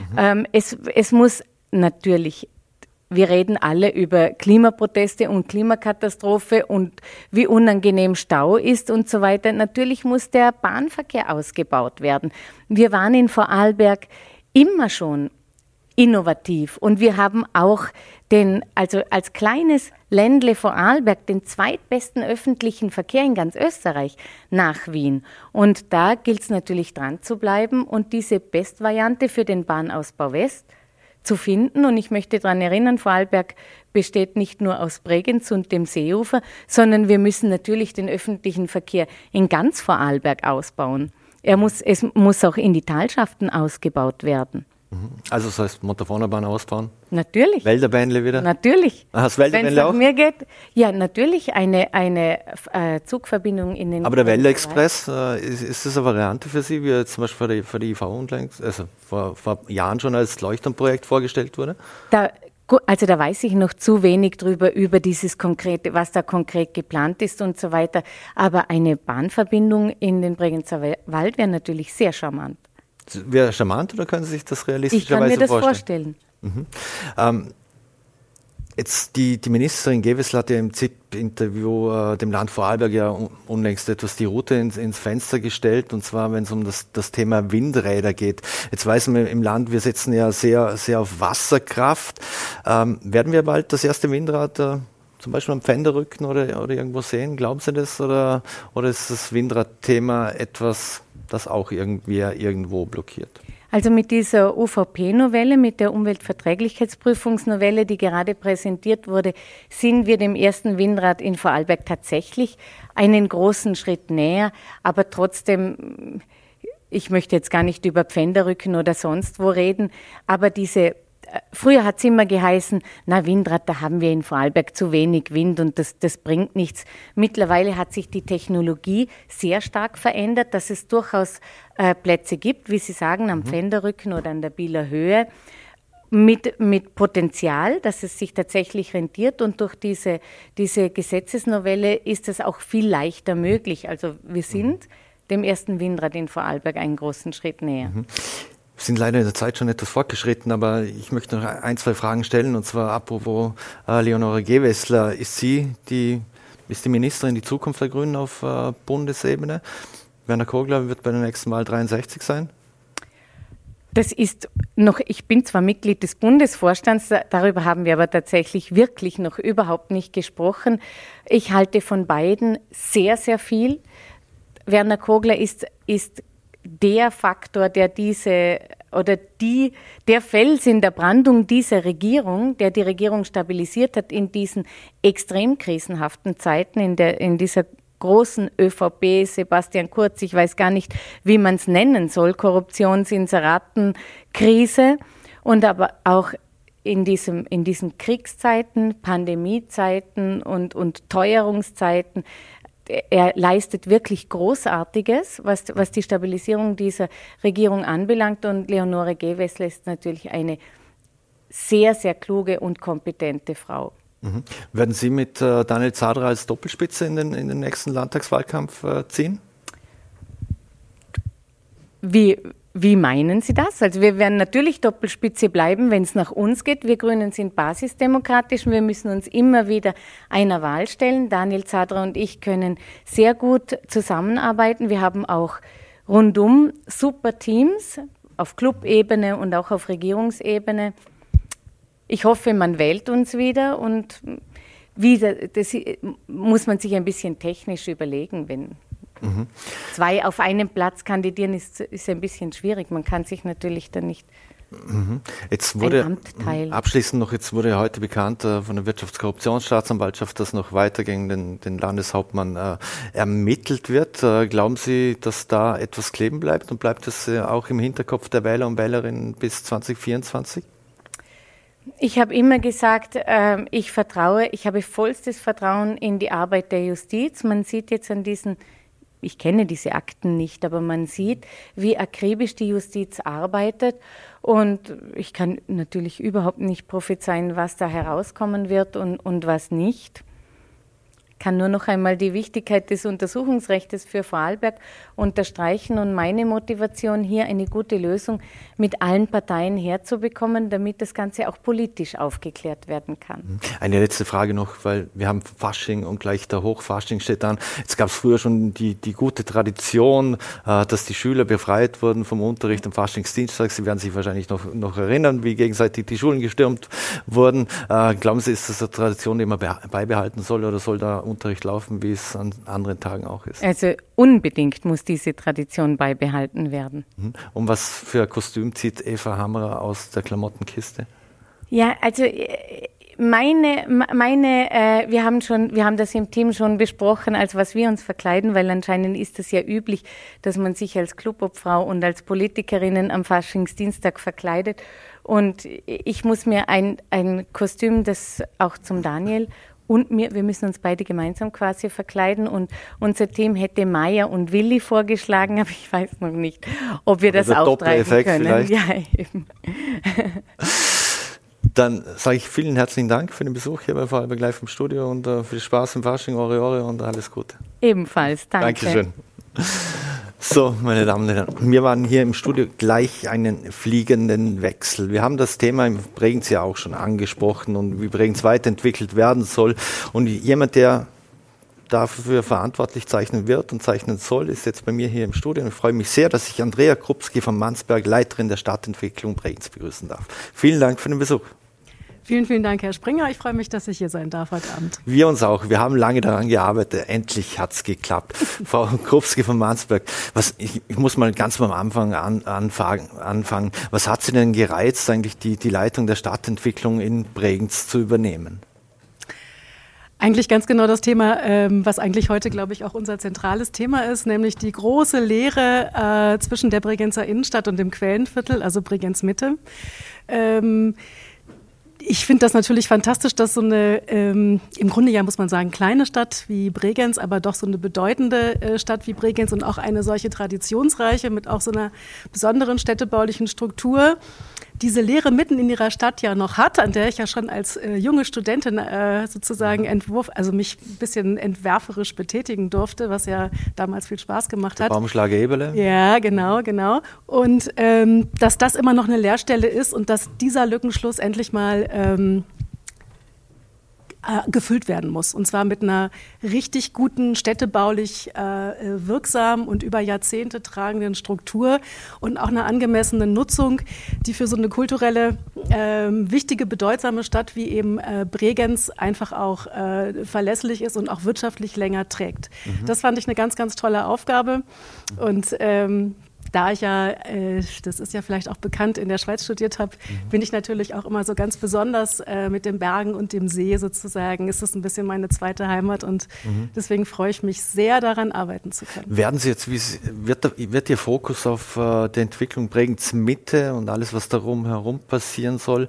[SPEAKER 3] Es muss natürlich, wir reden alle über Klimaproteste und Klimakatastrophe und wie unangenehm Stau ist und so weiter. Natürlich muss der Bahnverkehr ausgebaut werden. Wir waren in Vorarlberg immer schon innovativ und wir haben auch als kleines Ländle Vorarlberg den zweitbesten öffentlichen Verkehr in ganz Österreich nach Wien. Und da gilt es natürlich dran zu bleiben und diese Bestvariante für den Bahnausbau West zu finden. Und ich möchte daran erinnern, Vorarlberg besteht nicht nur aus Bregenz und dem Seeufer, sondern wir müssen natürlich den öffentlichen Verkehr in ganz Vorarlberg ausbauen. Es muss auch in die Talschaften ausgebaut werden.
[SPEAKER 2] Also das heißt Montafona-Bahn ausbauen?
[SPEAKER 3] Natürlich.
[SPEAKER 2] Wälderbähnle wieder?
[SPEAKER 3] Natürlich.
[SPEAKER 2] Hast du Wälderbähnle auch?
[SPEAKER 3] Wenn es nach mir geht, ja, natürlich eine Zugverbindung in den...
[SPEAKER 2] Aber der Wälder-Express, ist das eine Variante für Sie, wie jetzt zum Beispiel für die IV unlängst, also vor Jahren schon als Leuchtturmprojekt vorgestellt wurde?
[SPEAKER 3] Da weiß ich noch zu wenig drüber, über dieses Konkrete, was da konkret geplant ist und so weiter. Aber eine Bahnverbindung in den Bregenzer Wald wäre natürlich sehr charmant.
[SPEAKER 2] Wäre charmant oder können Sie sich das realistischerweise vorstellen?
[SPEAKER 3] Ich kann mir das vorstellen.
[SPEAKER 2] Jetzt die Ministerin Gewessler hat ja im ZIP-Interview dem Land Vorarlberg ja unlängst etwas die Route ins Fenster gestellt, und zwar, wenn es um das Thema Windräder geht. Jetzt weiß man im Land, wir setzen ja sehr, sehr auf Wasserkraft. Werden wir bald das erste Windrad zum Beispiel am Pfänderrücken oder irgendwo sehen? Glauben Sie das? Oder ist das Windradthema etwas, das auch irgendwo blockiert?
[SPEAKER 3] Also mit dieser UVP-Novelle, mit der Umweltverträglichkeitsprüfungsnovelle, die gerade präsentiert wurde, sind wir dem ersten Windrad in Vorarlberg tatsächlich einen großen Schritt näher. Aber trotzdem, ich möchte jetzt gar nicht über Pfänderrücken oder sonst wo reden, aber früher hat es immer geheißen, Windrad, da haben wir in Vorarlberg zu wenig Wind und das bringt nichts. Mittlerweile hat sich die Technologie sehr stark verändert, dass es durchaus Plätze gibt, wie Sie sagen, am Pfänderrücken oder an der Bieler Höhe, mit Potenzial, dass es sich tatsächlich rentiert, und durch diese Gesetzesnovelle ist es auch viel leichter möglich. Also wir sind dem ersten Windrad in Vorarlberg einen großen Schritt näher.
[SPEAKER 2] Wir sind leider in der Zeit schon etwas fortgeschritten, aber ich möchte noch ein, zwei Fragen stellen, und zwar apropos Leonore Gewessler. Ist die Ministerin die Zukunft der Grünen auf Bundesebene? Werner Kogler wird bei der nächsten Wahl 63 sein?
[SPEAKER 3] Das ist noch, ich bin zwar Mitglied des Bundesvorstands, darüber haben wir aber tatsächlich wirklich noch überhaupt nicht gesprochen. Ich halte von beiden sehr, sehr viel. Werner Kogler ist der Faktor, der der Fels in der Brandung dieser Regierung, der die Regierung stabilisiert hat in diesen extrem krisenhaften Zeiten, in dieser großen ÖVP, Sebastian Kurz, ich weiß gar nicht, wie man es nennen soll, Korruptionsinseratenkrise, und aber auch in diesen Kriegszeiten, Pandemiezeiten und Teuerungszeiten. Er leistet wirklich Großartiges, was die Stabilisierung dieser Regierung anbelangt, und Leonore Gewessler ist natürlich eine sehr, sehr kluge und kompetente Frau.
[SPEAKER 2] Werden Sie mit Daniel Zadra als Doppelspitze in den nächsten Landtagswahlkampf ziehen?
[SPEAKER 3] Wie meinen Sie das? Also wir werden natürlich Doppelspitze bleiben, wenn es nach uns geht. Wir Grünen sind basisdemokratisch und wir müssen uns immer wieder einer Wahl stellen. Daniel Zadra und ich können sehr gut zusammenarbeiten. Wir haben auch rundum super Teams auf Clubebene und auch auf Regierungsebene. Ich hoffe, man wählt uns wieder, und das muss man sich ein bisschen technisch überlegen, wenn zwei auf einem Platz kandidieren, ist ein bisschen schwierig. Man kann sich natürlich dann nicht
[SPEAKER 2] Jetzt wurde,
[SPEAKER 3] ein Amt teilen.
[SPEAKER 2] Abschließend noch, jetzt wurde heute bekannt von der Wirtschaftskorruptionsstaatsanwaltschaft, dass noch weiter gegen den Landeshauptmann ermittelt wird. Glauben Sie, dass da etwas kleben bleibt, und bleibt es auch im Hinterkopf der Wähler und Wählerinnen bis 2024?
[SPEAKER 3] Ich habe immer gesagt, ich habe vollstes Vertrauen in die Arbeit der Justiz. Man sieht jetzt an ich kenne diese Akten nicht, aber man sieht, wie akribisch die Justiz arbeitet. Und ich kann natürlich überhaupt nicht prophezeien, was da herauskommen wird und was nicht. Ich kann nur noch einmal die Wichtigkeit des Untersuchungsrechts für Vorarlberg unterstreichen und meine Motivation hier, eine gute Lösung mit allen Parteien herzubekommen, damit das Ganze auch politisch aufgeklärt werden kann.
[SPEAKER 2] Eine letzte Frage noch, weil wir haben Fasching und gleich der Hochfasching steht an. Jetzt gab es früher schon die gute Tradition, dass die Schüler befreit wurden vom Unterricht am Faschingsdienstag. Sie werden sich wahrscheinlich noch erinnern, wie gegenseitig die Schulen gestürmt wurden. Glauben Sie, ist das eine Tradition, die man beibehalten soll, oder soll da Unterricht laufen, wie es an anderen Tagen auch ist?
[SPEAKER 3] Also unbedingt muss diese Tradition beibehalten werden.
[SPEAKER 2] Und was für ein Kostüm zieht Eva Hammerer aus der Klamottenkiste?
[SPEAKER 3] Ja, also wir haben das im Team schon besprochen, als was wir uns verkleiden, weil anscheinend ist es ja üblich, dass man sich als Clubobfrau und als Politikerinnen am Faschingsdienstag verkleidet. Und ich muss mir ein Kostüm, das auch zum Daniel und wir müssen uns beide gemeinsam quasi verkleiden, und unser Team hätte Maya und Willi vorgeschlagen, aber ich weiß noch nicht, ob wir das auftreiben können.
[SPEAKER 2] Vielleicht.
[SPEAKER 3] Ja, eben.
[SPEAKER 2] Dann sage ich vielen herzlichen Dank für den Besuch hier bei Vorarlberg Live im Studio und für den Spaß im Fasching, Ore und alles Gute.
[SPEAKER 3] Ebenfalls, danke.
[SPEAKER 2] Dankeschön. So, meine Damen und Herren, wir waren hier im Studio gleich einen fliegenden Wechsel. Wir haben das Thema in Bregenz ja auch schon angesprochen und wie Bregenz weiterentwickelt werden soll. Und jemand, der dafür verantwortlich zeichnen wird und zeichnen soll, ist jetzt bei mir hier im Studio. Und ich freue mich sehr, dass ich Andrea Krupski von Mansberg, Leiterin der Stadtentwicklung Bregenz, begrüßen darf. Vielen Dank für den Besuch.
[SPEAKER 4] Vielen, vielen Dank, Herr Springer. Ich freue mich, dass ich hier sein darf heute Abend.
[SPEAKER 2] Wir uns auch. Wir haben lange daran gearbeitet. Endlich hat's geklappt. Frau Krupski von Mansberg, ich muss mal ganz am Anfang anfangen. Was hat Sie denn gereizt, eigentlich die Leitung der Stadtentwicklung in Bregenz zu übernehmen?
[SPEAKER 4] Eigentlich ganz genau das Thema, was eigentlich heute, glaube ich, auch unser zentrales Thema ist, nämlich die große Leere zwischen der Bregenzer Innenstadt und dem Quellenviertel, also Bregenz Mitte. Ich finde das natürlich fantastisch, dass so eine, im Grunde ja muss man sagen, kleine Stadt wie Bregenz, aber doch so eine bedeutende Stadt wie Bregenz und auch eine solche traditionsreiche mit auch so einer besonderen städtebaulichen Struktur, diese Lehre mitten in ihrer Stadt ja noch hat, an der ich ja schon als junge Studentin sozusagen also mich ein bisschen entwerferisch betätigen durfte, was ja damals viel Spaß gemacht hat.
[SPEAKER 2] Baumschlager Eberle?
[SPEAKER 4] Ja, genau. Und dass das immer noch eine Leerstelle ist und dass dieser Lückenschluss endlich mal gefüllt werden muss. Und zwar mit einer richtig guten, städtebaulich wirksamen und über Jahrzehnte tragenden Struktur und auch einer angemessenen Nutzung, die für so eine kulturelle, wichtige, bedeutsame Stadt wie eben Bregenz einfach auch verlässlich ist und auch wirtschaftlich länger trägt. Das fand ich eine ganz, ganz tolle Aufgabe. Und da ich ja, das ist ja vielleicht auch bekannt, in der Schweiz studiert habe, bin ich natürlich auch immer so ganz besonders mit den Bergen und dem See sozusagen. Ist das ein bisschen meine zweite Heimat und deswegen freue ich mich sehr, daran arbeiten zu können.
[SPEAKER 2] Werden Sie jetzt, wird Ihr Fokus auf die Entwicklung Bregenz Mitte und alles, was darum herum passieren soll,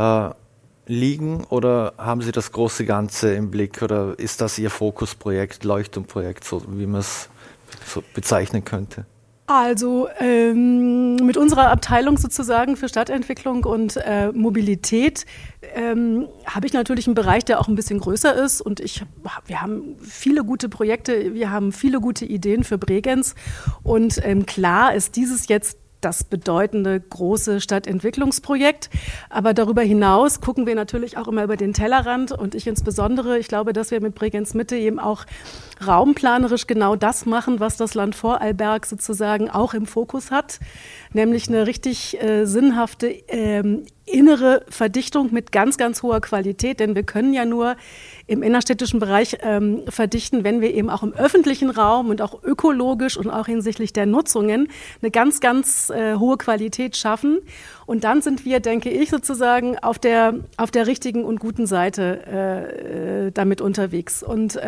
[SPEAKER 2] liegen oder haben Sie das große Ganze im Blick oder ist das Ihr Fokusprojekt, Leuchtturmprojekt, so wie man es so bezeichnen könnte?
[SPEAKER 4] Also mit unserer Abteilung sozusagen für Stadtentwicklung und Mobilität habe ich natürlich einen Bereich, der auch ein bisschen größer ist und wir haben viele gute Projekte, wir haben viele gute Ideen für Bregenz und klar ist dieses jetzt das bedeutende große Stadtentwicklungsprojekt. Aber darüber hinaus gucken wir natürlich auch immer über den Tellerrand und ich insbesondere, ich glaube, dass wir mit Bregenz Mitte eben auch raumplanerisch genau das machen, was das Land Vorarlberg sozusagen auch im Fokus hat, nämlich eine richtig sinnhafte innere Verdichtung mit ganz, ganz hoher Qualität, denn wir können ja nur im innerstädtischen Bereich verdichten, wenn wir eben auch im öffentlichen Raum und auch ökologisch und auch hinsichtlich der Nutzungen eine ganz, ganz hohe Qualität schaffen. Und dann sind wir, denke ich, sozusagen auf der richtigen und guten Seite damit unterwegs. Und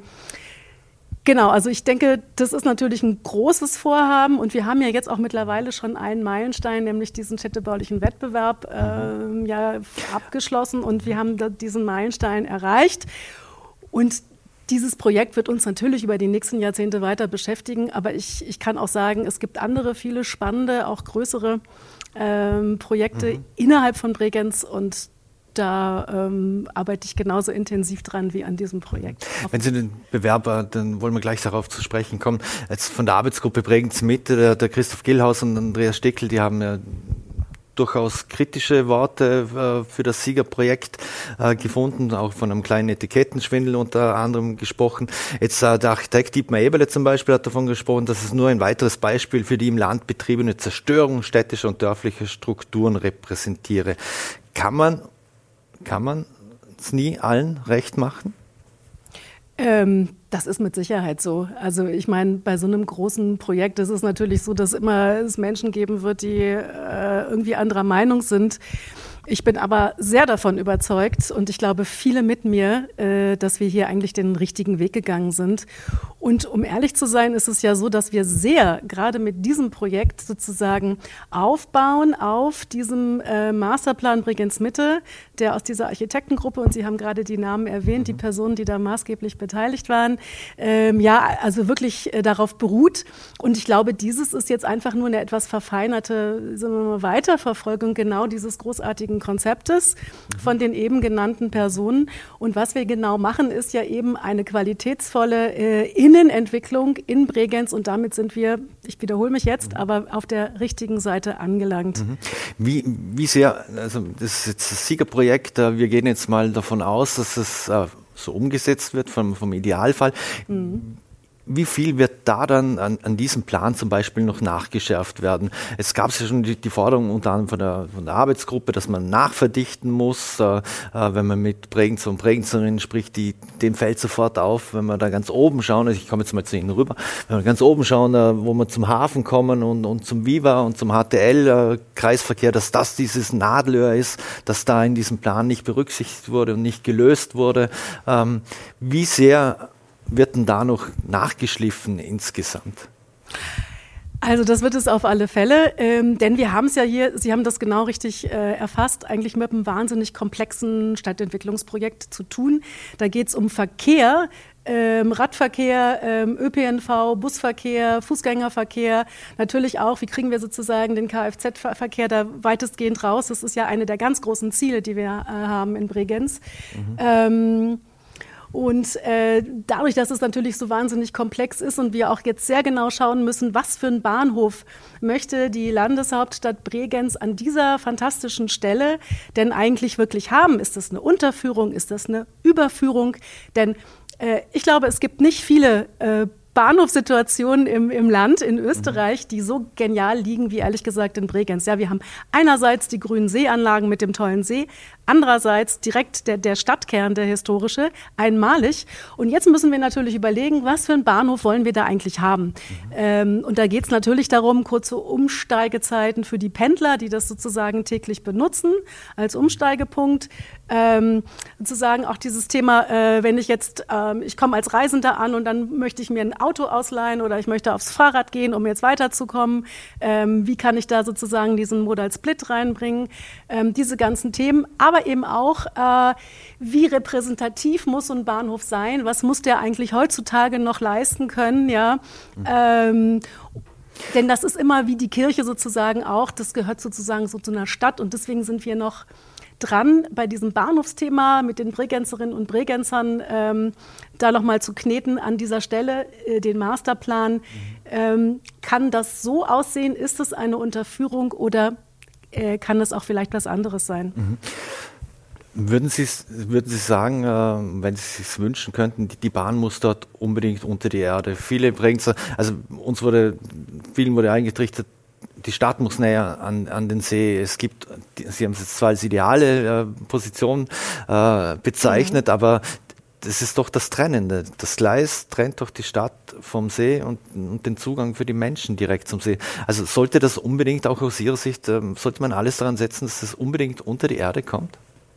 [SPEAKER 4] genau, also ich denke, das ist natürlich ein großes Vorhaben und wir haben ja jetzt auch mittlerweile schon einen Meilenstein, nämlich diesen städtebaulichen Wettbewerb abgeschlossen und wir haben diesen Meilenstein erreicht und dieses Projekt wird uns natürlich über die nächsten Jahrzehnte weiter beschäftigen, aber ich kann auch sagen, es gibt andere, viele spannende, auch größere Projekte innerhalb von Bregenz und da arbeite ich genauso intensiv dran wie an diesem Projekt.
[SPEAKER 2] Wenn Sie den Bewerber, dann wollen wir gleich darauf zu sprechen kommen. Jetzt von der Arbeitsgruppe Bregenz Mitte, der Christoph Gillhaus und Andreas Steckel, die haben ja durchaus kritische Worte für das Siegerprojekt gefunden, auch von einem kleinen Etikettenschwindel unter anderem gesprochen. Jetzt der Architekt Dietmar Eberle zum Beispiel hat davon gesprochen, dass es nur ein weiteres Beispiel für die im Land betriebene Zerstörung städtischer und dörflicher Strukturen repräsentiere. Kann man es nie allen recht machen?
[SPEAKER 4] Das ist mit Sicherheit so. Also ich meine, bei so einem großen Projekt ist es natürlich so, dass immer es Menschen geben wird, die irgendwie anderer Meinung sind. Ich bin aber sehr davon überzeugt und ich glaube, viele mit mir, dass wir hier eigentlich den richtigen Weg gegangen sind. Und um ehrlich zu sein, ist es ja so, dass wir sehr, gerade mit diesem Projekt sozusagen aufbauen auf diesem Masterplan Bregenz Mitte, der aus dieser Architektengruppe, und Sie haben gerade die Namen erwähnt, die Personen, die da maßgeblich beteiligt waren, also wirklich darauf beruht. Und ich glaube, dieses ist jetzt einfach nur eine etwas verfeinerte, sagen wir mal, Weiterverfolgung genau dieses großartigen Konzeptes von den eben genannten Personen. Und was wir genau machen, ist ja eben eine qualitätsvolle Innenentwicklung in Bregenz und damit sind wir, ich wiederhole mich jetzt, aber auf der richtigen Seite angelangt.
[SPEAKER 2] Wie sehr, also das ist jetzt das Siegerprojekt, wir gehen jetzt mal davon aus, dass es so umgesetzt wird vom Idealfall. Wie viel wird da dann an diesem Plan zum Beispiel noch nachgeschärft werden? Es gab ja schon die Forderung unter anderem von der Arbeitsgruppe, dass man nachverdichten muss. Wenn man mit Bregenzer und Bregenzerinnen spricht, dem fällt sofort auf, wenn wir da ganz oben schauen, also ich komme jetzt mal zu Ihnen rüber, wenn wir ganz oben schauen, wo wir zum Hafen kommen und zum Viva und zum HTL-Kreisverkehr, dass das dieses Nadelöhr ist, dass da in diesem Plan nicht berücksichtigt wurde und nicht gelöst wurde. Wie sehr wird denn da noch nachgeschliffen insgesamt?
[SPEAKER 4] Also das wird es auf alle Fälle, denn wir haben es ja hier, Sie haben das genau richtig erfasst, eigentlich mit einem wahnsinnig komplexen Stadtentwicklungsprojekt zu tun. Da geht es um Verkehr, Radverkehr, ÖPNV, Busverkehr, Fußgängerverkehr, natürlich auch, wie kriegen wir sozusagen den Kfz-Verkehr da weitestgehend raus. Das ist ja eine der ganz großen Ziele, die wir haben in Bregenz. Und dadurch, dass es natürlich so wahnsinnig komplex ist und wir auch jetzt sehr genau schauen müssen, was für einen Bahnhof möchte die Landeshauptstadt Bregenz an dieser fantastischen Stelle denn eigentlich wirklich haben? Ist das eine Unterführung? Ist das eine Überführung? Denn ich glaube, es gibt nicht viele Bahnhofssituationen im Land, in Österreich, die so genial liegen wie ehrlich gesagt in Bregenz. Ja, wir haben einerseits die grünen Seeanlagen mit dem tollen See, andererseits direkt der Stadtkern, der historische, einmalig. Und jetzt müssen wir natürlich überlegen, was für einen Bahnhof wollen wir da eigentlich haben. Und da geht es natürlich darum, kurze Umsteigezeiten für die Pendler, die das sozusagen täglich benutzen, als Umsteigepunkt. Sozusagen auch dieses Thema, wenn ich jetzt, ich komme als Reisender an und dann möchte ich mir ein Auto ausleihen oder ich möchte aufs Fahrrad gehen, um jetzt weiterzukommen. Wie kann ich da sozusagen diesen Modal Split reinbringen? Diese ganzen Themen, aber eben auch, wie repräsentativ muss so ein Bahnhof sein? Was muss der eigentlich heutzutage noch leisten können? Ja. Denn das ist immer wie die Kirche sozusagen auch, das gehört sozusagen so zu einer Stadt und deswegen sind wir noch dran, bei diesem Bahnhofsthema mit den Bregenzerinnen und Bregenzern da nochmal zu kneten an dieser Stelle, den Masterplan. Kann das so aussehen? Ist es eine Unterführung oder kann es auch vielleicht was anderes sein?
[SPEAKER 2] Würden Sie sagen, wenn Sie es wünschen könnten, die Bahn muss dort unbedingt unter die Erde? Viele Bregenzer, also vielen wurde eingetrichtert, die Stadt muss näher an den See. Es gibt, Sie haben es jetzt zwar als ideale Position bezeichnet, aber das ist doch das Trennende. Das Gleis trennt doch die Stadt vom See und den Zugang für die Menschen direkt zum See. Also sollte das unbedingt, auch aus Ihrer Sicht, sollte man alles daran setzen, dass das unbedingt unter die Erde kommt?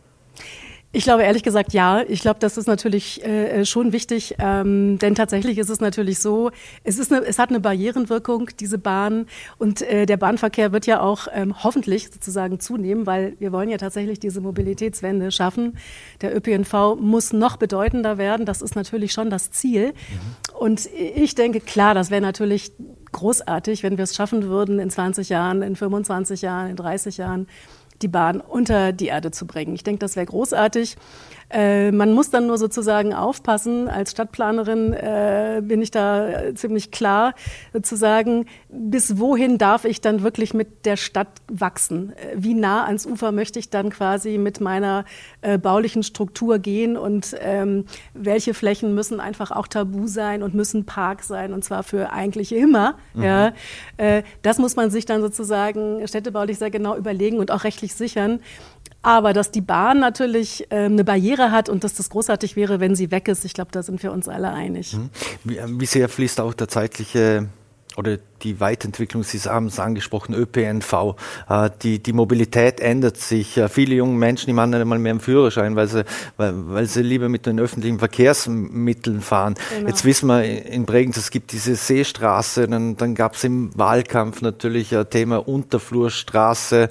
[SPEAKER 4] Ich glaube ehrlich gesagt ja. Ich glaube, das ist natürlich schon wichtig, denn tatsächlich ist es natürlich so, es hat eine Barrierenwirkung, diese Bahn und der Bahnverkehr wird ja auch hoffentlich sozusagen zunehmen, weil wir wollen ja tatsächlich diese Mobilitätswende schaffen. Der ÖPNV muss noch bedeutender werden, das ist natürlich schon das Ziel. Und ich denke, klar, das wäre natürlich großartig, wenn wir es schaffen würden, in 20 Jahren, in 25 Jahren, in 30 Jahren, die Bahn unter die Erde zu bringen. Ich denke, das wäre großartig. Man muss dann nur sozusagen aufpassen. Als Stadtplanerin bin ich da ziemlich klar zu sagen, bis wohin darf ich dann wirklich mit der Stadt wachsen? Wie nah ans Ufer möchte ich dann quasi mit meiner baulichen Struktur gehen und welche Flächen müssen einfach auch tabu sein und müssen Park sein und zwar für eigentlich immer. Ja. Das muss man sich dann sozusagen städtebaulich sehr genau überlegen und auch rechtlich sichern. Aber dass die Bahn natürlich eine Barriere hat und dass das großartig wäre, wenn sie weg ist, ich glaube, da sind wir uns alle einig.
[SPEAKER 2] Wie sehr fließt auch der zeitliche oder die Weiterentwicklung, Sie haben es angesprochen, ÖPNV. Die Mobilität ändert sich. Viele junge Menschen, die machen nicht einmal mehr einen Führerschein, weil sie lieber mit den öffentlichen Verkehrsmitteln fahren. Genau. Jetzt wissen wir in Bregenz, es gibt diese Seestraße, dann gab es im Wahlkampf natürlich ein Thema Unterflurstraße.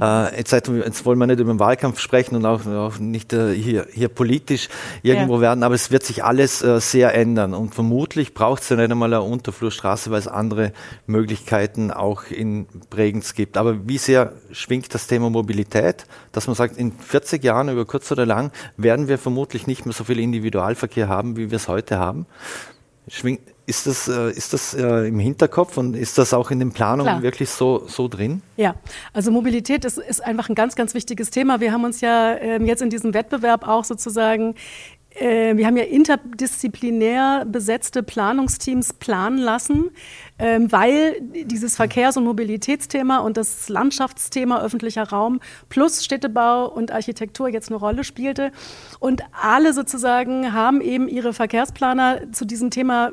[SPEAKER 2] Jetzt wollen wir nicht über den Wahlkampf sprechen und auch nicht hier politisch irgendwo werden, aber es wird sich alles sehr ändern und vermutlich braucht es ja nicht einmal eine Unterflurstraße, weil es andere Möglichkeiten auch in Bregenz gibt. Aber wie sehr schwingt das Thema Mobilität, dass man sagt, in 40 Jahren, über kurz oder lang, werden wir vermutlich nicht mehr so viel Individualverkehr haben, wie wir es heute haben? Ist das im Hinterkopf und ist das auch in den Planungen
[SPEAKER 4] Klar.
[SPEAKER 2] wirklich so drin?
[SPEAKER 4] Ja, also Mobilität ist einfach ein ganz, ganz wichtiges Thema. Wir haben uns ja jetzt in diesem Wettbewerb auch sozusagen wir haben ja interdisziplinär besetzte Planungsteams planen lassen, weil dieses Verkehrs- und Mobilitätsthema und das Landschaftsthema öffentlicher Raum plus Städtebau und Architektur jetzt eine Rolle spielte. Und alle sozusagen haben eben ihre Verkehrsplaner zu diesem Thema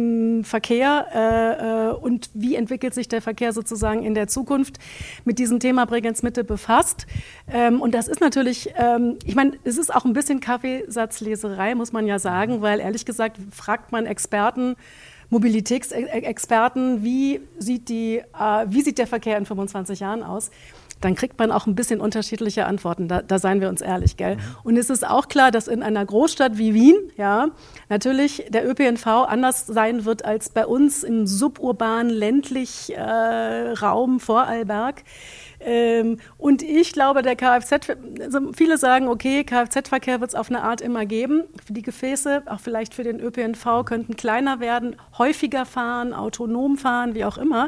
[SPEAKER 4] Verkehr und wie entwickelt sich der Verkehr sozusagen in der Zukunft mit diesem Thema Bregenz-Mitte befasst. Und das ist natürlich, ich meine, es ist auch ein bisschen Kaffeesatzleserei, muss man ja sagen, weil ehrlich gesagt fragt man Experten, Mobilitätsexperten, wie sieht der Verkehr in 25 Jahren aus? Dann kriegt man auch ein bisschen unterschiedliche Antworten. Da seien wir uns ehrlich, gell? Und es ist auch klar, dass in einer Großstadt wie Wien, ja, natürlich der ÖPNV anders sein wird als bei uns im suburbanen, ländlich Raum Vorarlberg. Und ich glaube, der also viele sagen, okay, Kfz-Verkehr wird es auf eine Art immer geben. Die Gefäße, auch vielleicht für den ÖPNV, könnten kleiner werden, häufiger fahren, autonom fahren, wie auch immer.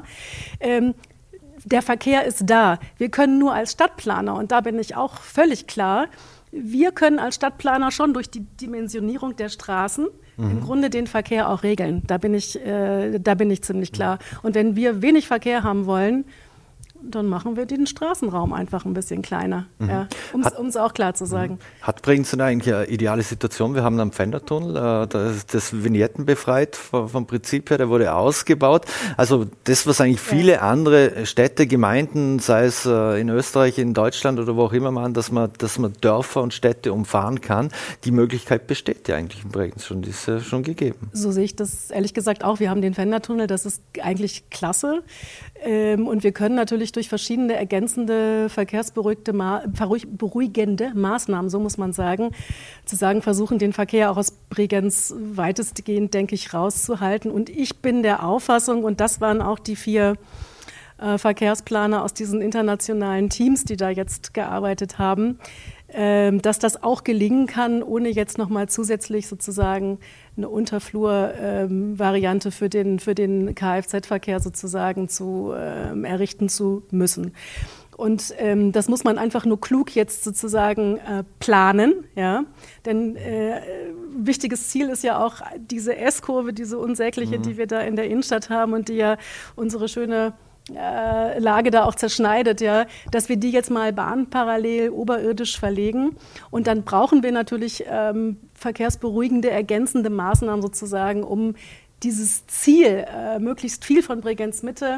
[SPEAKER 4] Der Verkehr ist da. Wir können nur als Stadtplaner, und da bin ich auch völlig klar, wir können als Stadtplaner schon durch die Dimensionierung der Straßen im Grunde den Verkehr auch regeln. Da bin ich ziemlich klar. Und wenn wir wenig Verkehr haben wollen, dann machen wir den Straßenraum einfach ein bisschen kleiner, ja, um es auch klar zu sagen.
[SPEAKER 2] Hat Bregenz eigentlich eine ideale Situation? Wir haben einen Pfändertunnel, das Vignetten befreit vom Prinzip her, der wurde ausgebaut. Also das, was eigentlich viele andere Städte, Gemeinden, sei es in Österreich, in Deutschland oder wo auch immer machen, dass man Dörfer und Städte umfahren kann, die Möglichkeit besteht ja eigentlich in Bregenz schon, die ist ja schon gegeben.
[SPEAKER 4] So sehe ich das ehrlich gesagt auch. Wir haben den Pfändertunnel, das ist eigentlich klasse. Und wir können natürlich durch verschiedene ergänzende, verkehrsberuhigende Maßnahmen, so muss man sagen, versuchen, den Verkehr auch aus Bregenz weitestgehend, denke ich, rauszuhalten. Und ich bin der Auffassung, und das waren auch die 4 Verkehrsplaner aus diesen internationalen Teams, die da jetzt gearbeitet haben, dass das auch gelingen kann, ohne jetzt nochmal zusätzlich sozusagen eine Unterflur-Variante für den Kfz-Verkehr sozusagen errichten zu müssen. Und das muss man einfach nur klug jetzt sozusagen planen, ja. Denn wichtiges Ziel ist ja auch diese S-Kurve, diese unsägliche, die wir da in der Innenstadt haben und die ja unsere schöne Lage da auch zerschneidet, ja, dass wir die jetzt mal bahnparallel oberirdisch verlegen. Und dann brauchen wir natürlich verkehrsberuhigende, ergänzende Maßnahmen sozusagen, um dieses Ziel, möglichst viel von Bregenz-Mitte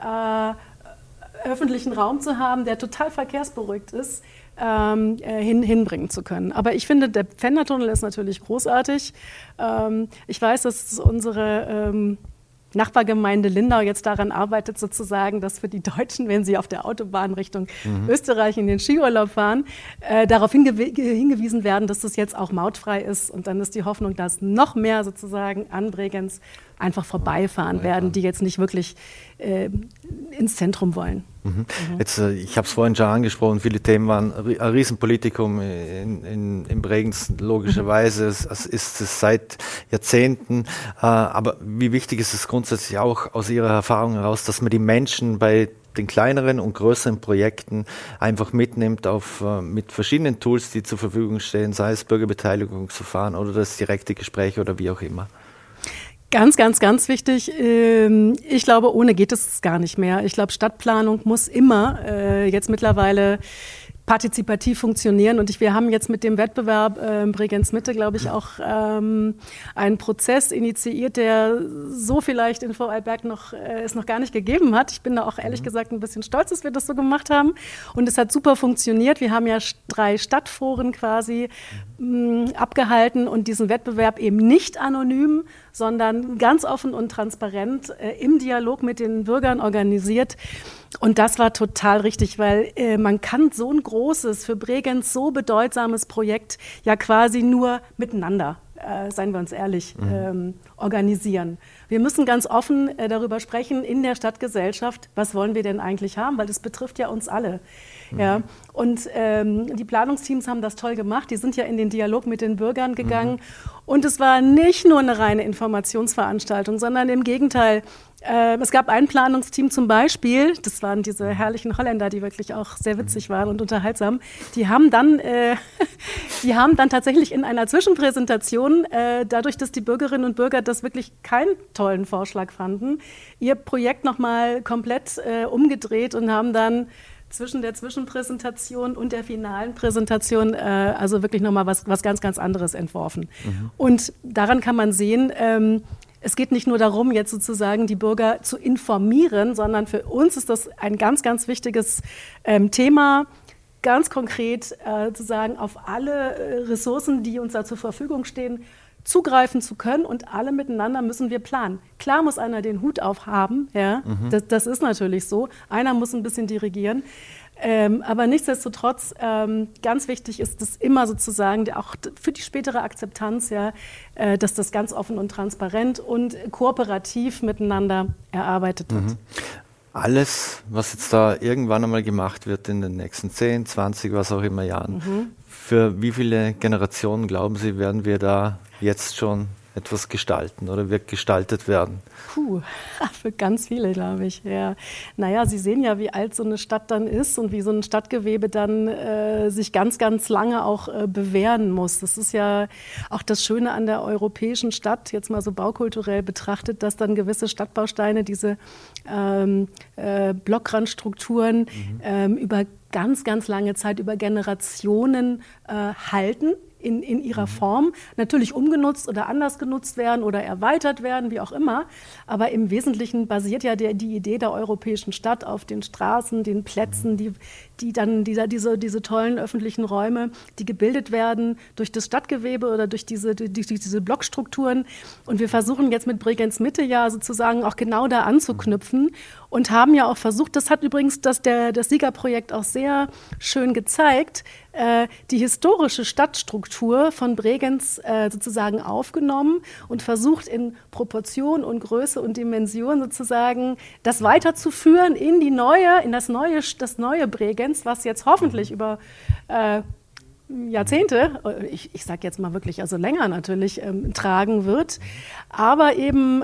[SPEAKER 4] öffentlichen Raum zu haben, der total verkehrsberuhigt ist, hinbringen zu können. Aber ich finde, der Pfändertunnel ist natürlich großartig. Ich weiß, dass unsere Nachbargemeinde Lindau jetzt daran arbeitet, sozusagen, dass für die Deutschen, wenn sie auf der Autobahn Richtung Österreich in den Skiurlaub fahren, darauf hingewiesen werden, dass das jetzt auch mautfrei ist. Und dann ist die Hoffnung, dass noch mehr sozusagen an Bregenz einfach vorbeifahren werden, die jetzt nicht wirklich ins Zentrum wollen.
[SPEAKER 2] Jetzt, ich habe es vorhin schon angesprochen, viele Themen waren ein Riesenpolitikum in Bregenz, logischerweise. Es ist es seit Jahrzehnten. Aber wie wichtig ist es grundsätzlich auch aus Ihrer Erfahrung heraus, dass man die Menschen bei den kleineren und größeren Projekten einfach mitnimmt mit verschiedenen Tools, die zur Verfügung stehen, sei es Bürgerbeteiligungsverfahren oder das direkte Gespräch oder wie auch immer?
[SPEAKER 4] Ganz, ganz, ganz wichtig. Ich glaube, ohne geht es gar nicht mehr. Ich glaube, Stadtplanung muss immer jetzt mittlerweile partizipativ funktionieren. Und wir haben jetzt mit dem Wettbewerb Bregenz-Mitte, glaube ich, auch einen Prozess initiiert, der so vielleicht in Vorarlberg es noch gar nicht gegeben hat. Ich bin da auch ehrlich gesagt ein bisschen stolz, dass wir das so gemacht haben. Und es hat super funktioniert. Wir haben ja 3 Stadtforen quasi abgehalten und diesen Wettbewerb eben nicht anonym, sondern ganz offen und transparent im Dialog mit den Bürgern organisiert. Und das war total richtig, weil man kann so ein großes, für Bregenz so bedeutsames Projekt ja quasi nur miteinander, seien wir uns ehrlich, organisieren. Wir müssen ganz offen darüber sprechen in der Stadtgesellschaft, was wollen wir denn eigentlich haben, weil das betrifft ja uns alle. Ja. Und die Planungsteams haben das toll gemacht. Die sind ja in den Dialog mit den Bürgern gegangen. Und es war nicht nur eine reine Informationsveranstaltung, sondern im Gegenteil. Es gab ein Planungsteam zum Beispiel, das waren diese herrlichen Holländer, die wirklich auch sehr witzig waren und unterhaltsam. Die haben dann tatsächlich in einer Zwischenpräsentation, dadurch, dass die Bürgerinnen und Bürger das wirklich keinen tollen Vorschlag fanden, ihr Projekt nochmal komplett umgedreht und haben dann zwischen der Zwischenpräsentation und der finalen Präsentation also wirklich nochmal was ganz, ganz anderes entworfen. Und daran kann man sehen, es geht nicht nur darum, jetzt sozusagen die Bürger zu informieren, sondern für uns ist das ein ganz, ganz wichtiges Thema, ganz konkret sozusagen auf alle Ressourcen, die uns da zur Verfügung stehen, zugreifen zu können, und alle miteinander müssen wir planen. Klar muss einer den Hut aufhaben, ja, das ist natürlich so. Einer muss ein bisschen dirigieren. Aber nichtsdestotrotz, ganz wichtig ist es immer sozusagen, auch für die spätere Akzeptanz, ja, dass das ganz offen und transparent und kooperativ miteinander erarbeitet wird.
[SPEAKER 2] Alles, was jetzt da irgendwann einmal gemacht wird in den nächsten 10, 20, was auch immer Jahren, für wie viele Generationen, glauben Sie, werden wir da jetzt schon etwas gestalten oder wird gestaltet werden?
[SPEAKER 4] Für ganz viele, glaube ich. Ja. Naja, Sie sehen ja, wie alt so eine Stadt dann ist und wie so ein Stadtgewebe dann sich ganz, ganz lange auch bewähren muss. Das ist ja auch das Schöne an der europäischen Stadt, jetzt mal so baukulturell betrachtet, dass dann gewisse Stadtbausteine, diese Blockrandstrukturen über ganz, ganz lange Zeit, über Generationen halten. In ihrer Form, natürlich umgenutzt oder anders genutzt werden oder erweitert werden, wie auch immer. Aber im Wesentlichen basiert ja die Idee der europäischen Stadt auf den Straßen, den Plätzen, die dann diese tollen öffentlichen Räume, die gebildet werden durch das Stadtgewebe oder durch diese Blockstrukturen. Und wir versuchen jetzt mit Bregenz Mitte ja sozusagen auch genau da anzuknüpfen und haben ja auch versucht, das hat übrigens das Siegerprojekt auch sehr schön gezeigt, die historische Stadtstruktur von Bregenz sozusagen aufgenommen und versucht in Proportion und Größe und Dimension sozusagen das weiterzuführen in das neue Bregenz, was jetzt hoffentlich über Jahrzehnte, ich sage jetzt mal wirklich, also länger natürlich, tragen wird, aber eben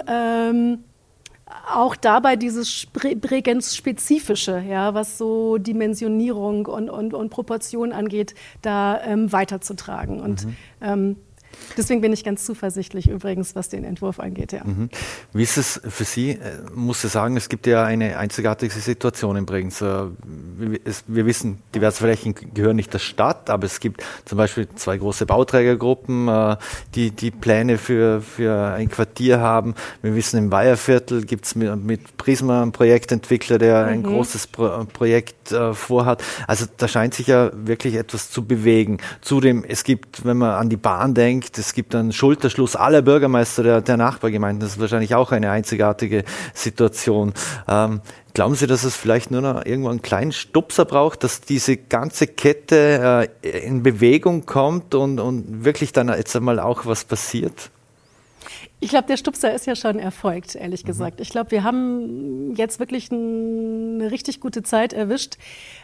[SPEAKER 4] auch dabei dieses Bregenz-spezifische, ja, was so Dimensionierung und Proportion angeht, da weiterzutragen. Und deswegen bin ich ganz zuversichtlich übrigens, was den Entwurf angeht. Ja.
[SPEAKER 2] Wie ist es für Sie? Muss ich sagen, es gibt ja eine einzigartige Situation in Bregenz. Wir wissen, diverse Flächen gehören nicht der Stadt, aber es gibt zum Beispiel 2 große Bauträgergruppen, die Pläne für ein Quartier haben. Wir wissen, im Weiherviertel gibt es mit Prisma einen Projektentwickler, der ein großes Projekt vorhat. Also da scheint sich ja wirklich etwas zu bewegen. Zudem, es gibt, wenn man an die Bahn denkt, es gibt einen Schulterschluss aller Bürgermeister der Nachbargemeinden. Das ist wahrscheinlich auch eine einzigartige Situation. Glauben Sie, dass es vielleicht nur noch irgendwo einen kleinen Stupser braucht, dass diese ganze Kette in Bewegung kommt und wirklich dann jetzt einmal auch was passiert?
[SPEAKER 4] Ich glaube, der Stupser ist ja schon erfolgt, ehrlich gesagt. Ich glaube, wir haben jetzt wirklich eine richtig gute Zeit erwischt.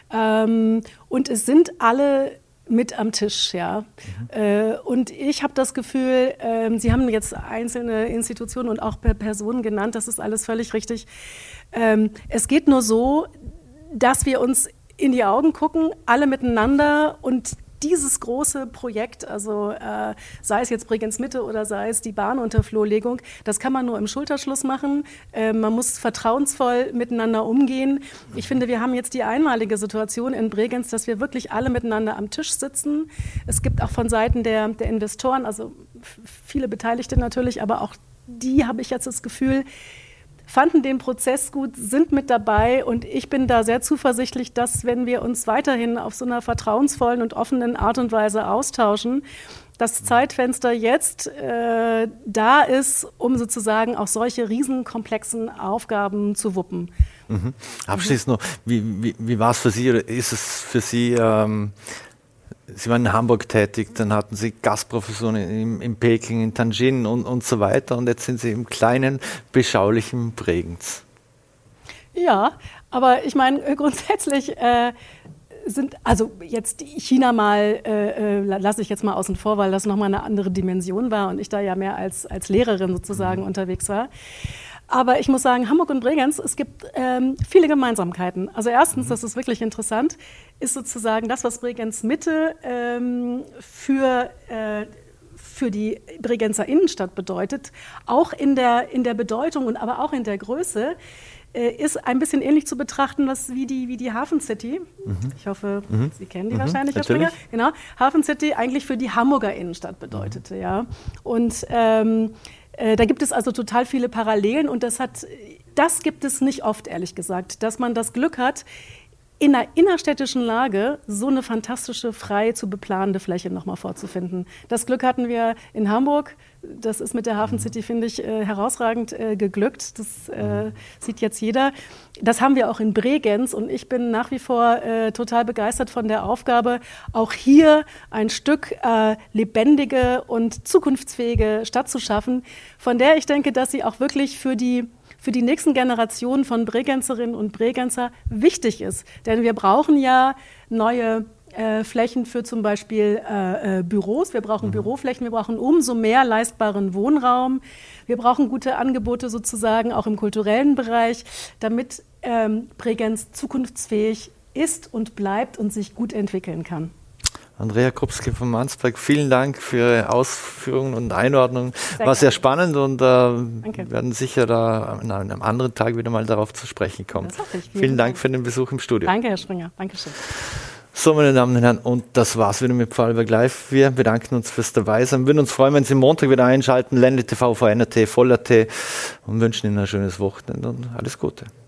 [SPEAKER 4] Und es sind alle mit am Tisch, ja. Und ich habe das Gefühl, Sie haben jetzt einzelne Institutionen und auch Personen genannt, das ist alles völlig richtig. Es geht nur so, dass wir uns in die Augen gucken, alle miteinander, und dieses große Projekt, also sei es jetzt Bregenz Mitte oder sei es die Bahnunterflurlegung, das kann man nur im Schulterschluss machen. Man muss vertrauensvoll miteinander umgehen. Ich finde, wir haben jetzt die einmalige Situation in Bregenz, dass wir wirklich alle miteinander am Tisch sitzen. Es gibt auch von Seiten der Investoren, also viele Beteiligte natürlich, aber auch die, habe ich jetzt das Gefühl, fanden den Prozess gut, sind mit dabei, und ich bin da sehr zuversichtlich, dass, wenn wir uns weiterhin auf so einer vertrauensvollen und offenen Art und Weise austauschen, das Zeitfenster jetzt da ist, um sozusagen auch solche riesenkomplexen Aufgaben zu wuppen.
[SPEAKER 2] Abschließend noch, wie war es für Sie, oder ist es für Sie, Sie waren in Hamburg tätig, dann hatten Sie Gastprofessoren in Peking, in Tianjin und so weiter, und jetzt sind Sie im kleinen, beschaulichen Bregenz.
[SPEAKER 4] Ja, aber ich meine, grundsätzlich sind, also jetzt China mal, lasse ich jetzt mal außen vor, weil das nochmal eine andere Dimension war und ich da ja mehr als Lehrerin sozusagen unterwegs war. Aber ich muss sagen, Hamburg und Bregenz, es gibt viele Gemeinsamkeiten. Also erstens, das ist wirklich interessant, ist sozusagen das, was Bregenz Mitte für die Bregenzer Innenstadt bedeutet, auch in der Bedeutung und aber auch in der Größe, ist ein bisschen ähnlich zu betrachten, wie die Hafen City. Ich hoffe, Sie kennen die wahrscheinlich, Herr Springer. Genau, Hafen City eigentlich für die Hamburger Innenstadt bedeutete. Ja. Und da gibt es also total viele Parallelen und das gibt es nicht oft, ehrlich gesagt, dass man das Glück hat, in einer innerstädtischen Lage so eine fantastische, frei zu beplanende Fläche nochmal vorzufinden. Das Glück hatten wir in Hamburg. Das ist mit der Hafen City, finde ich, herausragend geglückt. Das sieht jetzt jeder. Das haben wir auch in Bregenz und ich bin nach wie vor total begeistert von der Aufgabe, auch hier ein Stück lebendige und zukunftsfähige Stadt zu schaffen, von der ich denke, dass sie auch wirklich für die nächsten Generationen von Bregenzerinnen und Bregenzer wichtig ist. Denn wir brauchen ja neue Flächen für zum Beispiel Büros. Wir brauchen Büroflächen, wir brauchen umso mehr leistbaren Wohnraum. Wir brauchen gute Angebote sozusagen auch im kulturellen Bereich, damit Bregenz zukunftsfähig ist und bleibt und sich gut entwickeln kann.
[SPEAKER 2] Andrea Krupski von Mansberg, vielen Dank für Ihre Ausführungen und Einordnung. War sehr spannend und wir werden sicher da an einem anderen Tag wieder mal darauf zu sprechen kommen. Vielen Dank für den Besuch im Studio.
[SPEAKER 4] Danke, Herr Springer. Dankeschön.
[SPEAKER 2] So, meine Damen und Herren, und das war's wieder mit Vorarlberg Live. Wir bedanken uns fürs Dabeisein. Wir würden uns freuen, wenn Sie Montag wieder einschalten. Ländle TV, VNRT, Voll.at und wünschen Ihnen ein schönes Wochenende und alles Gute.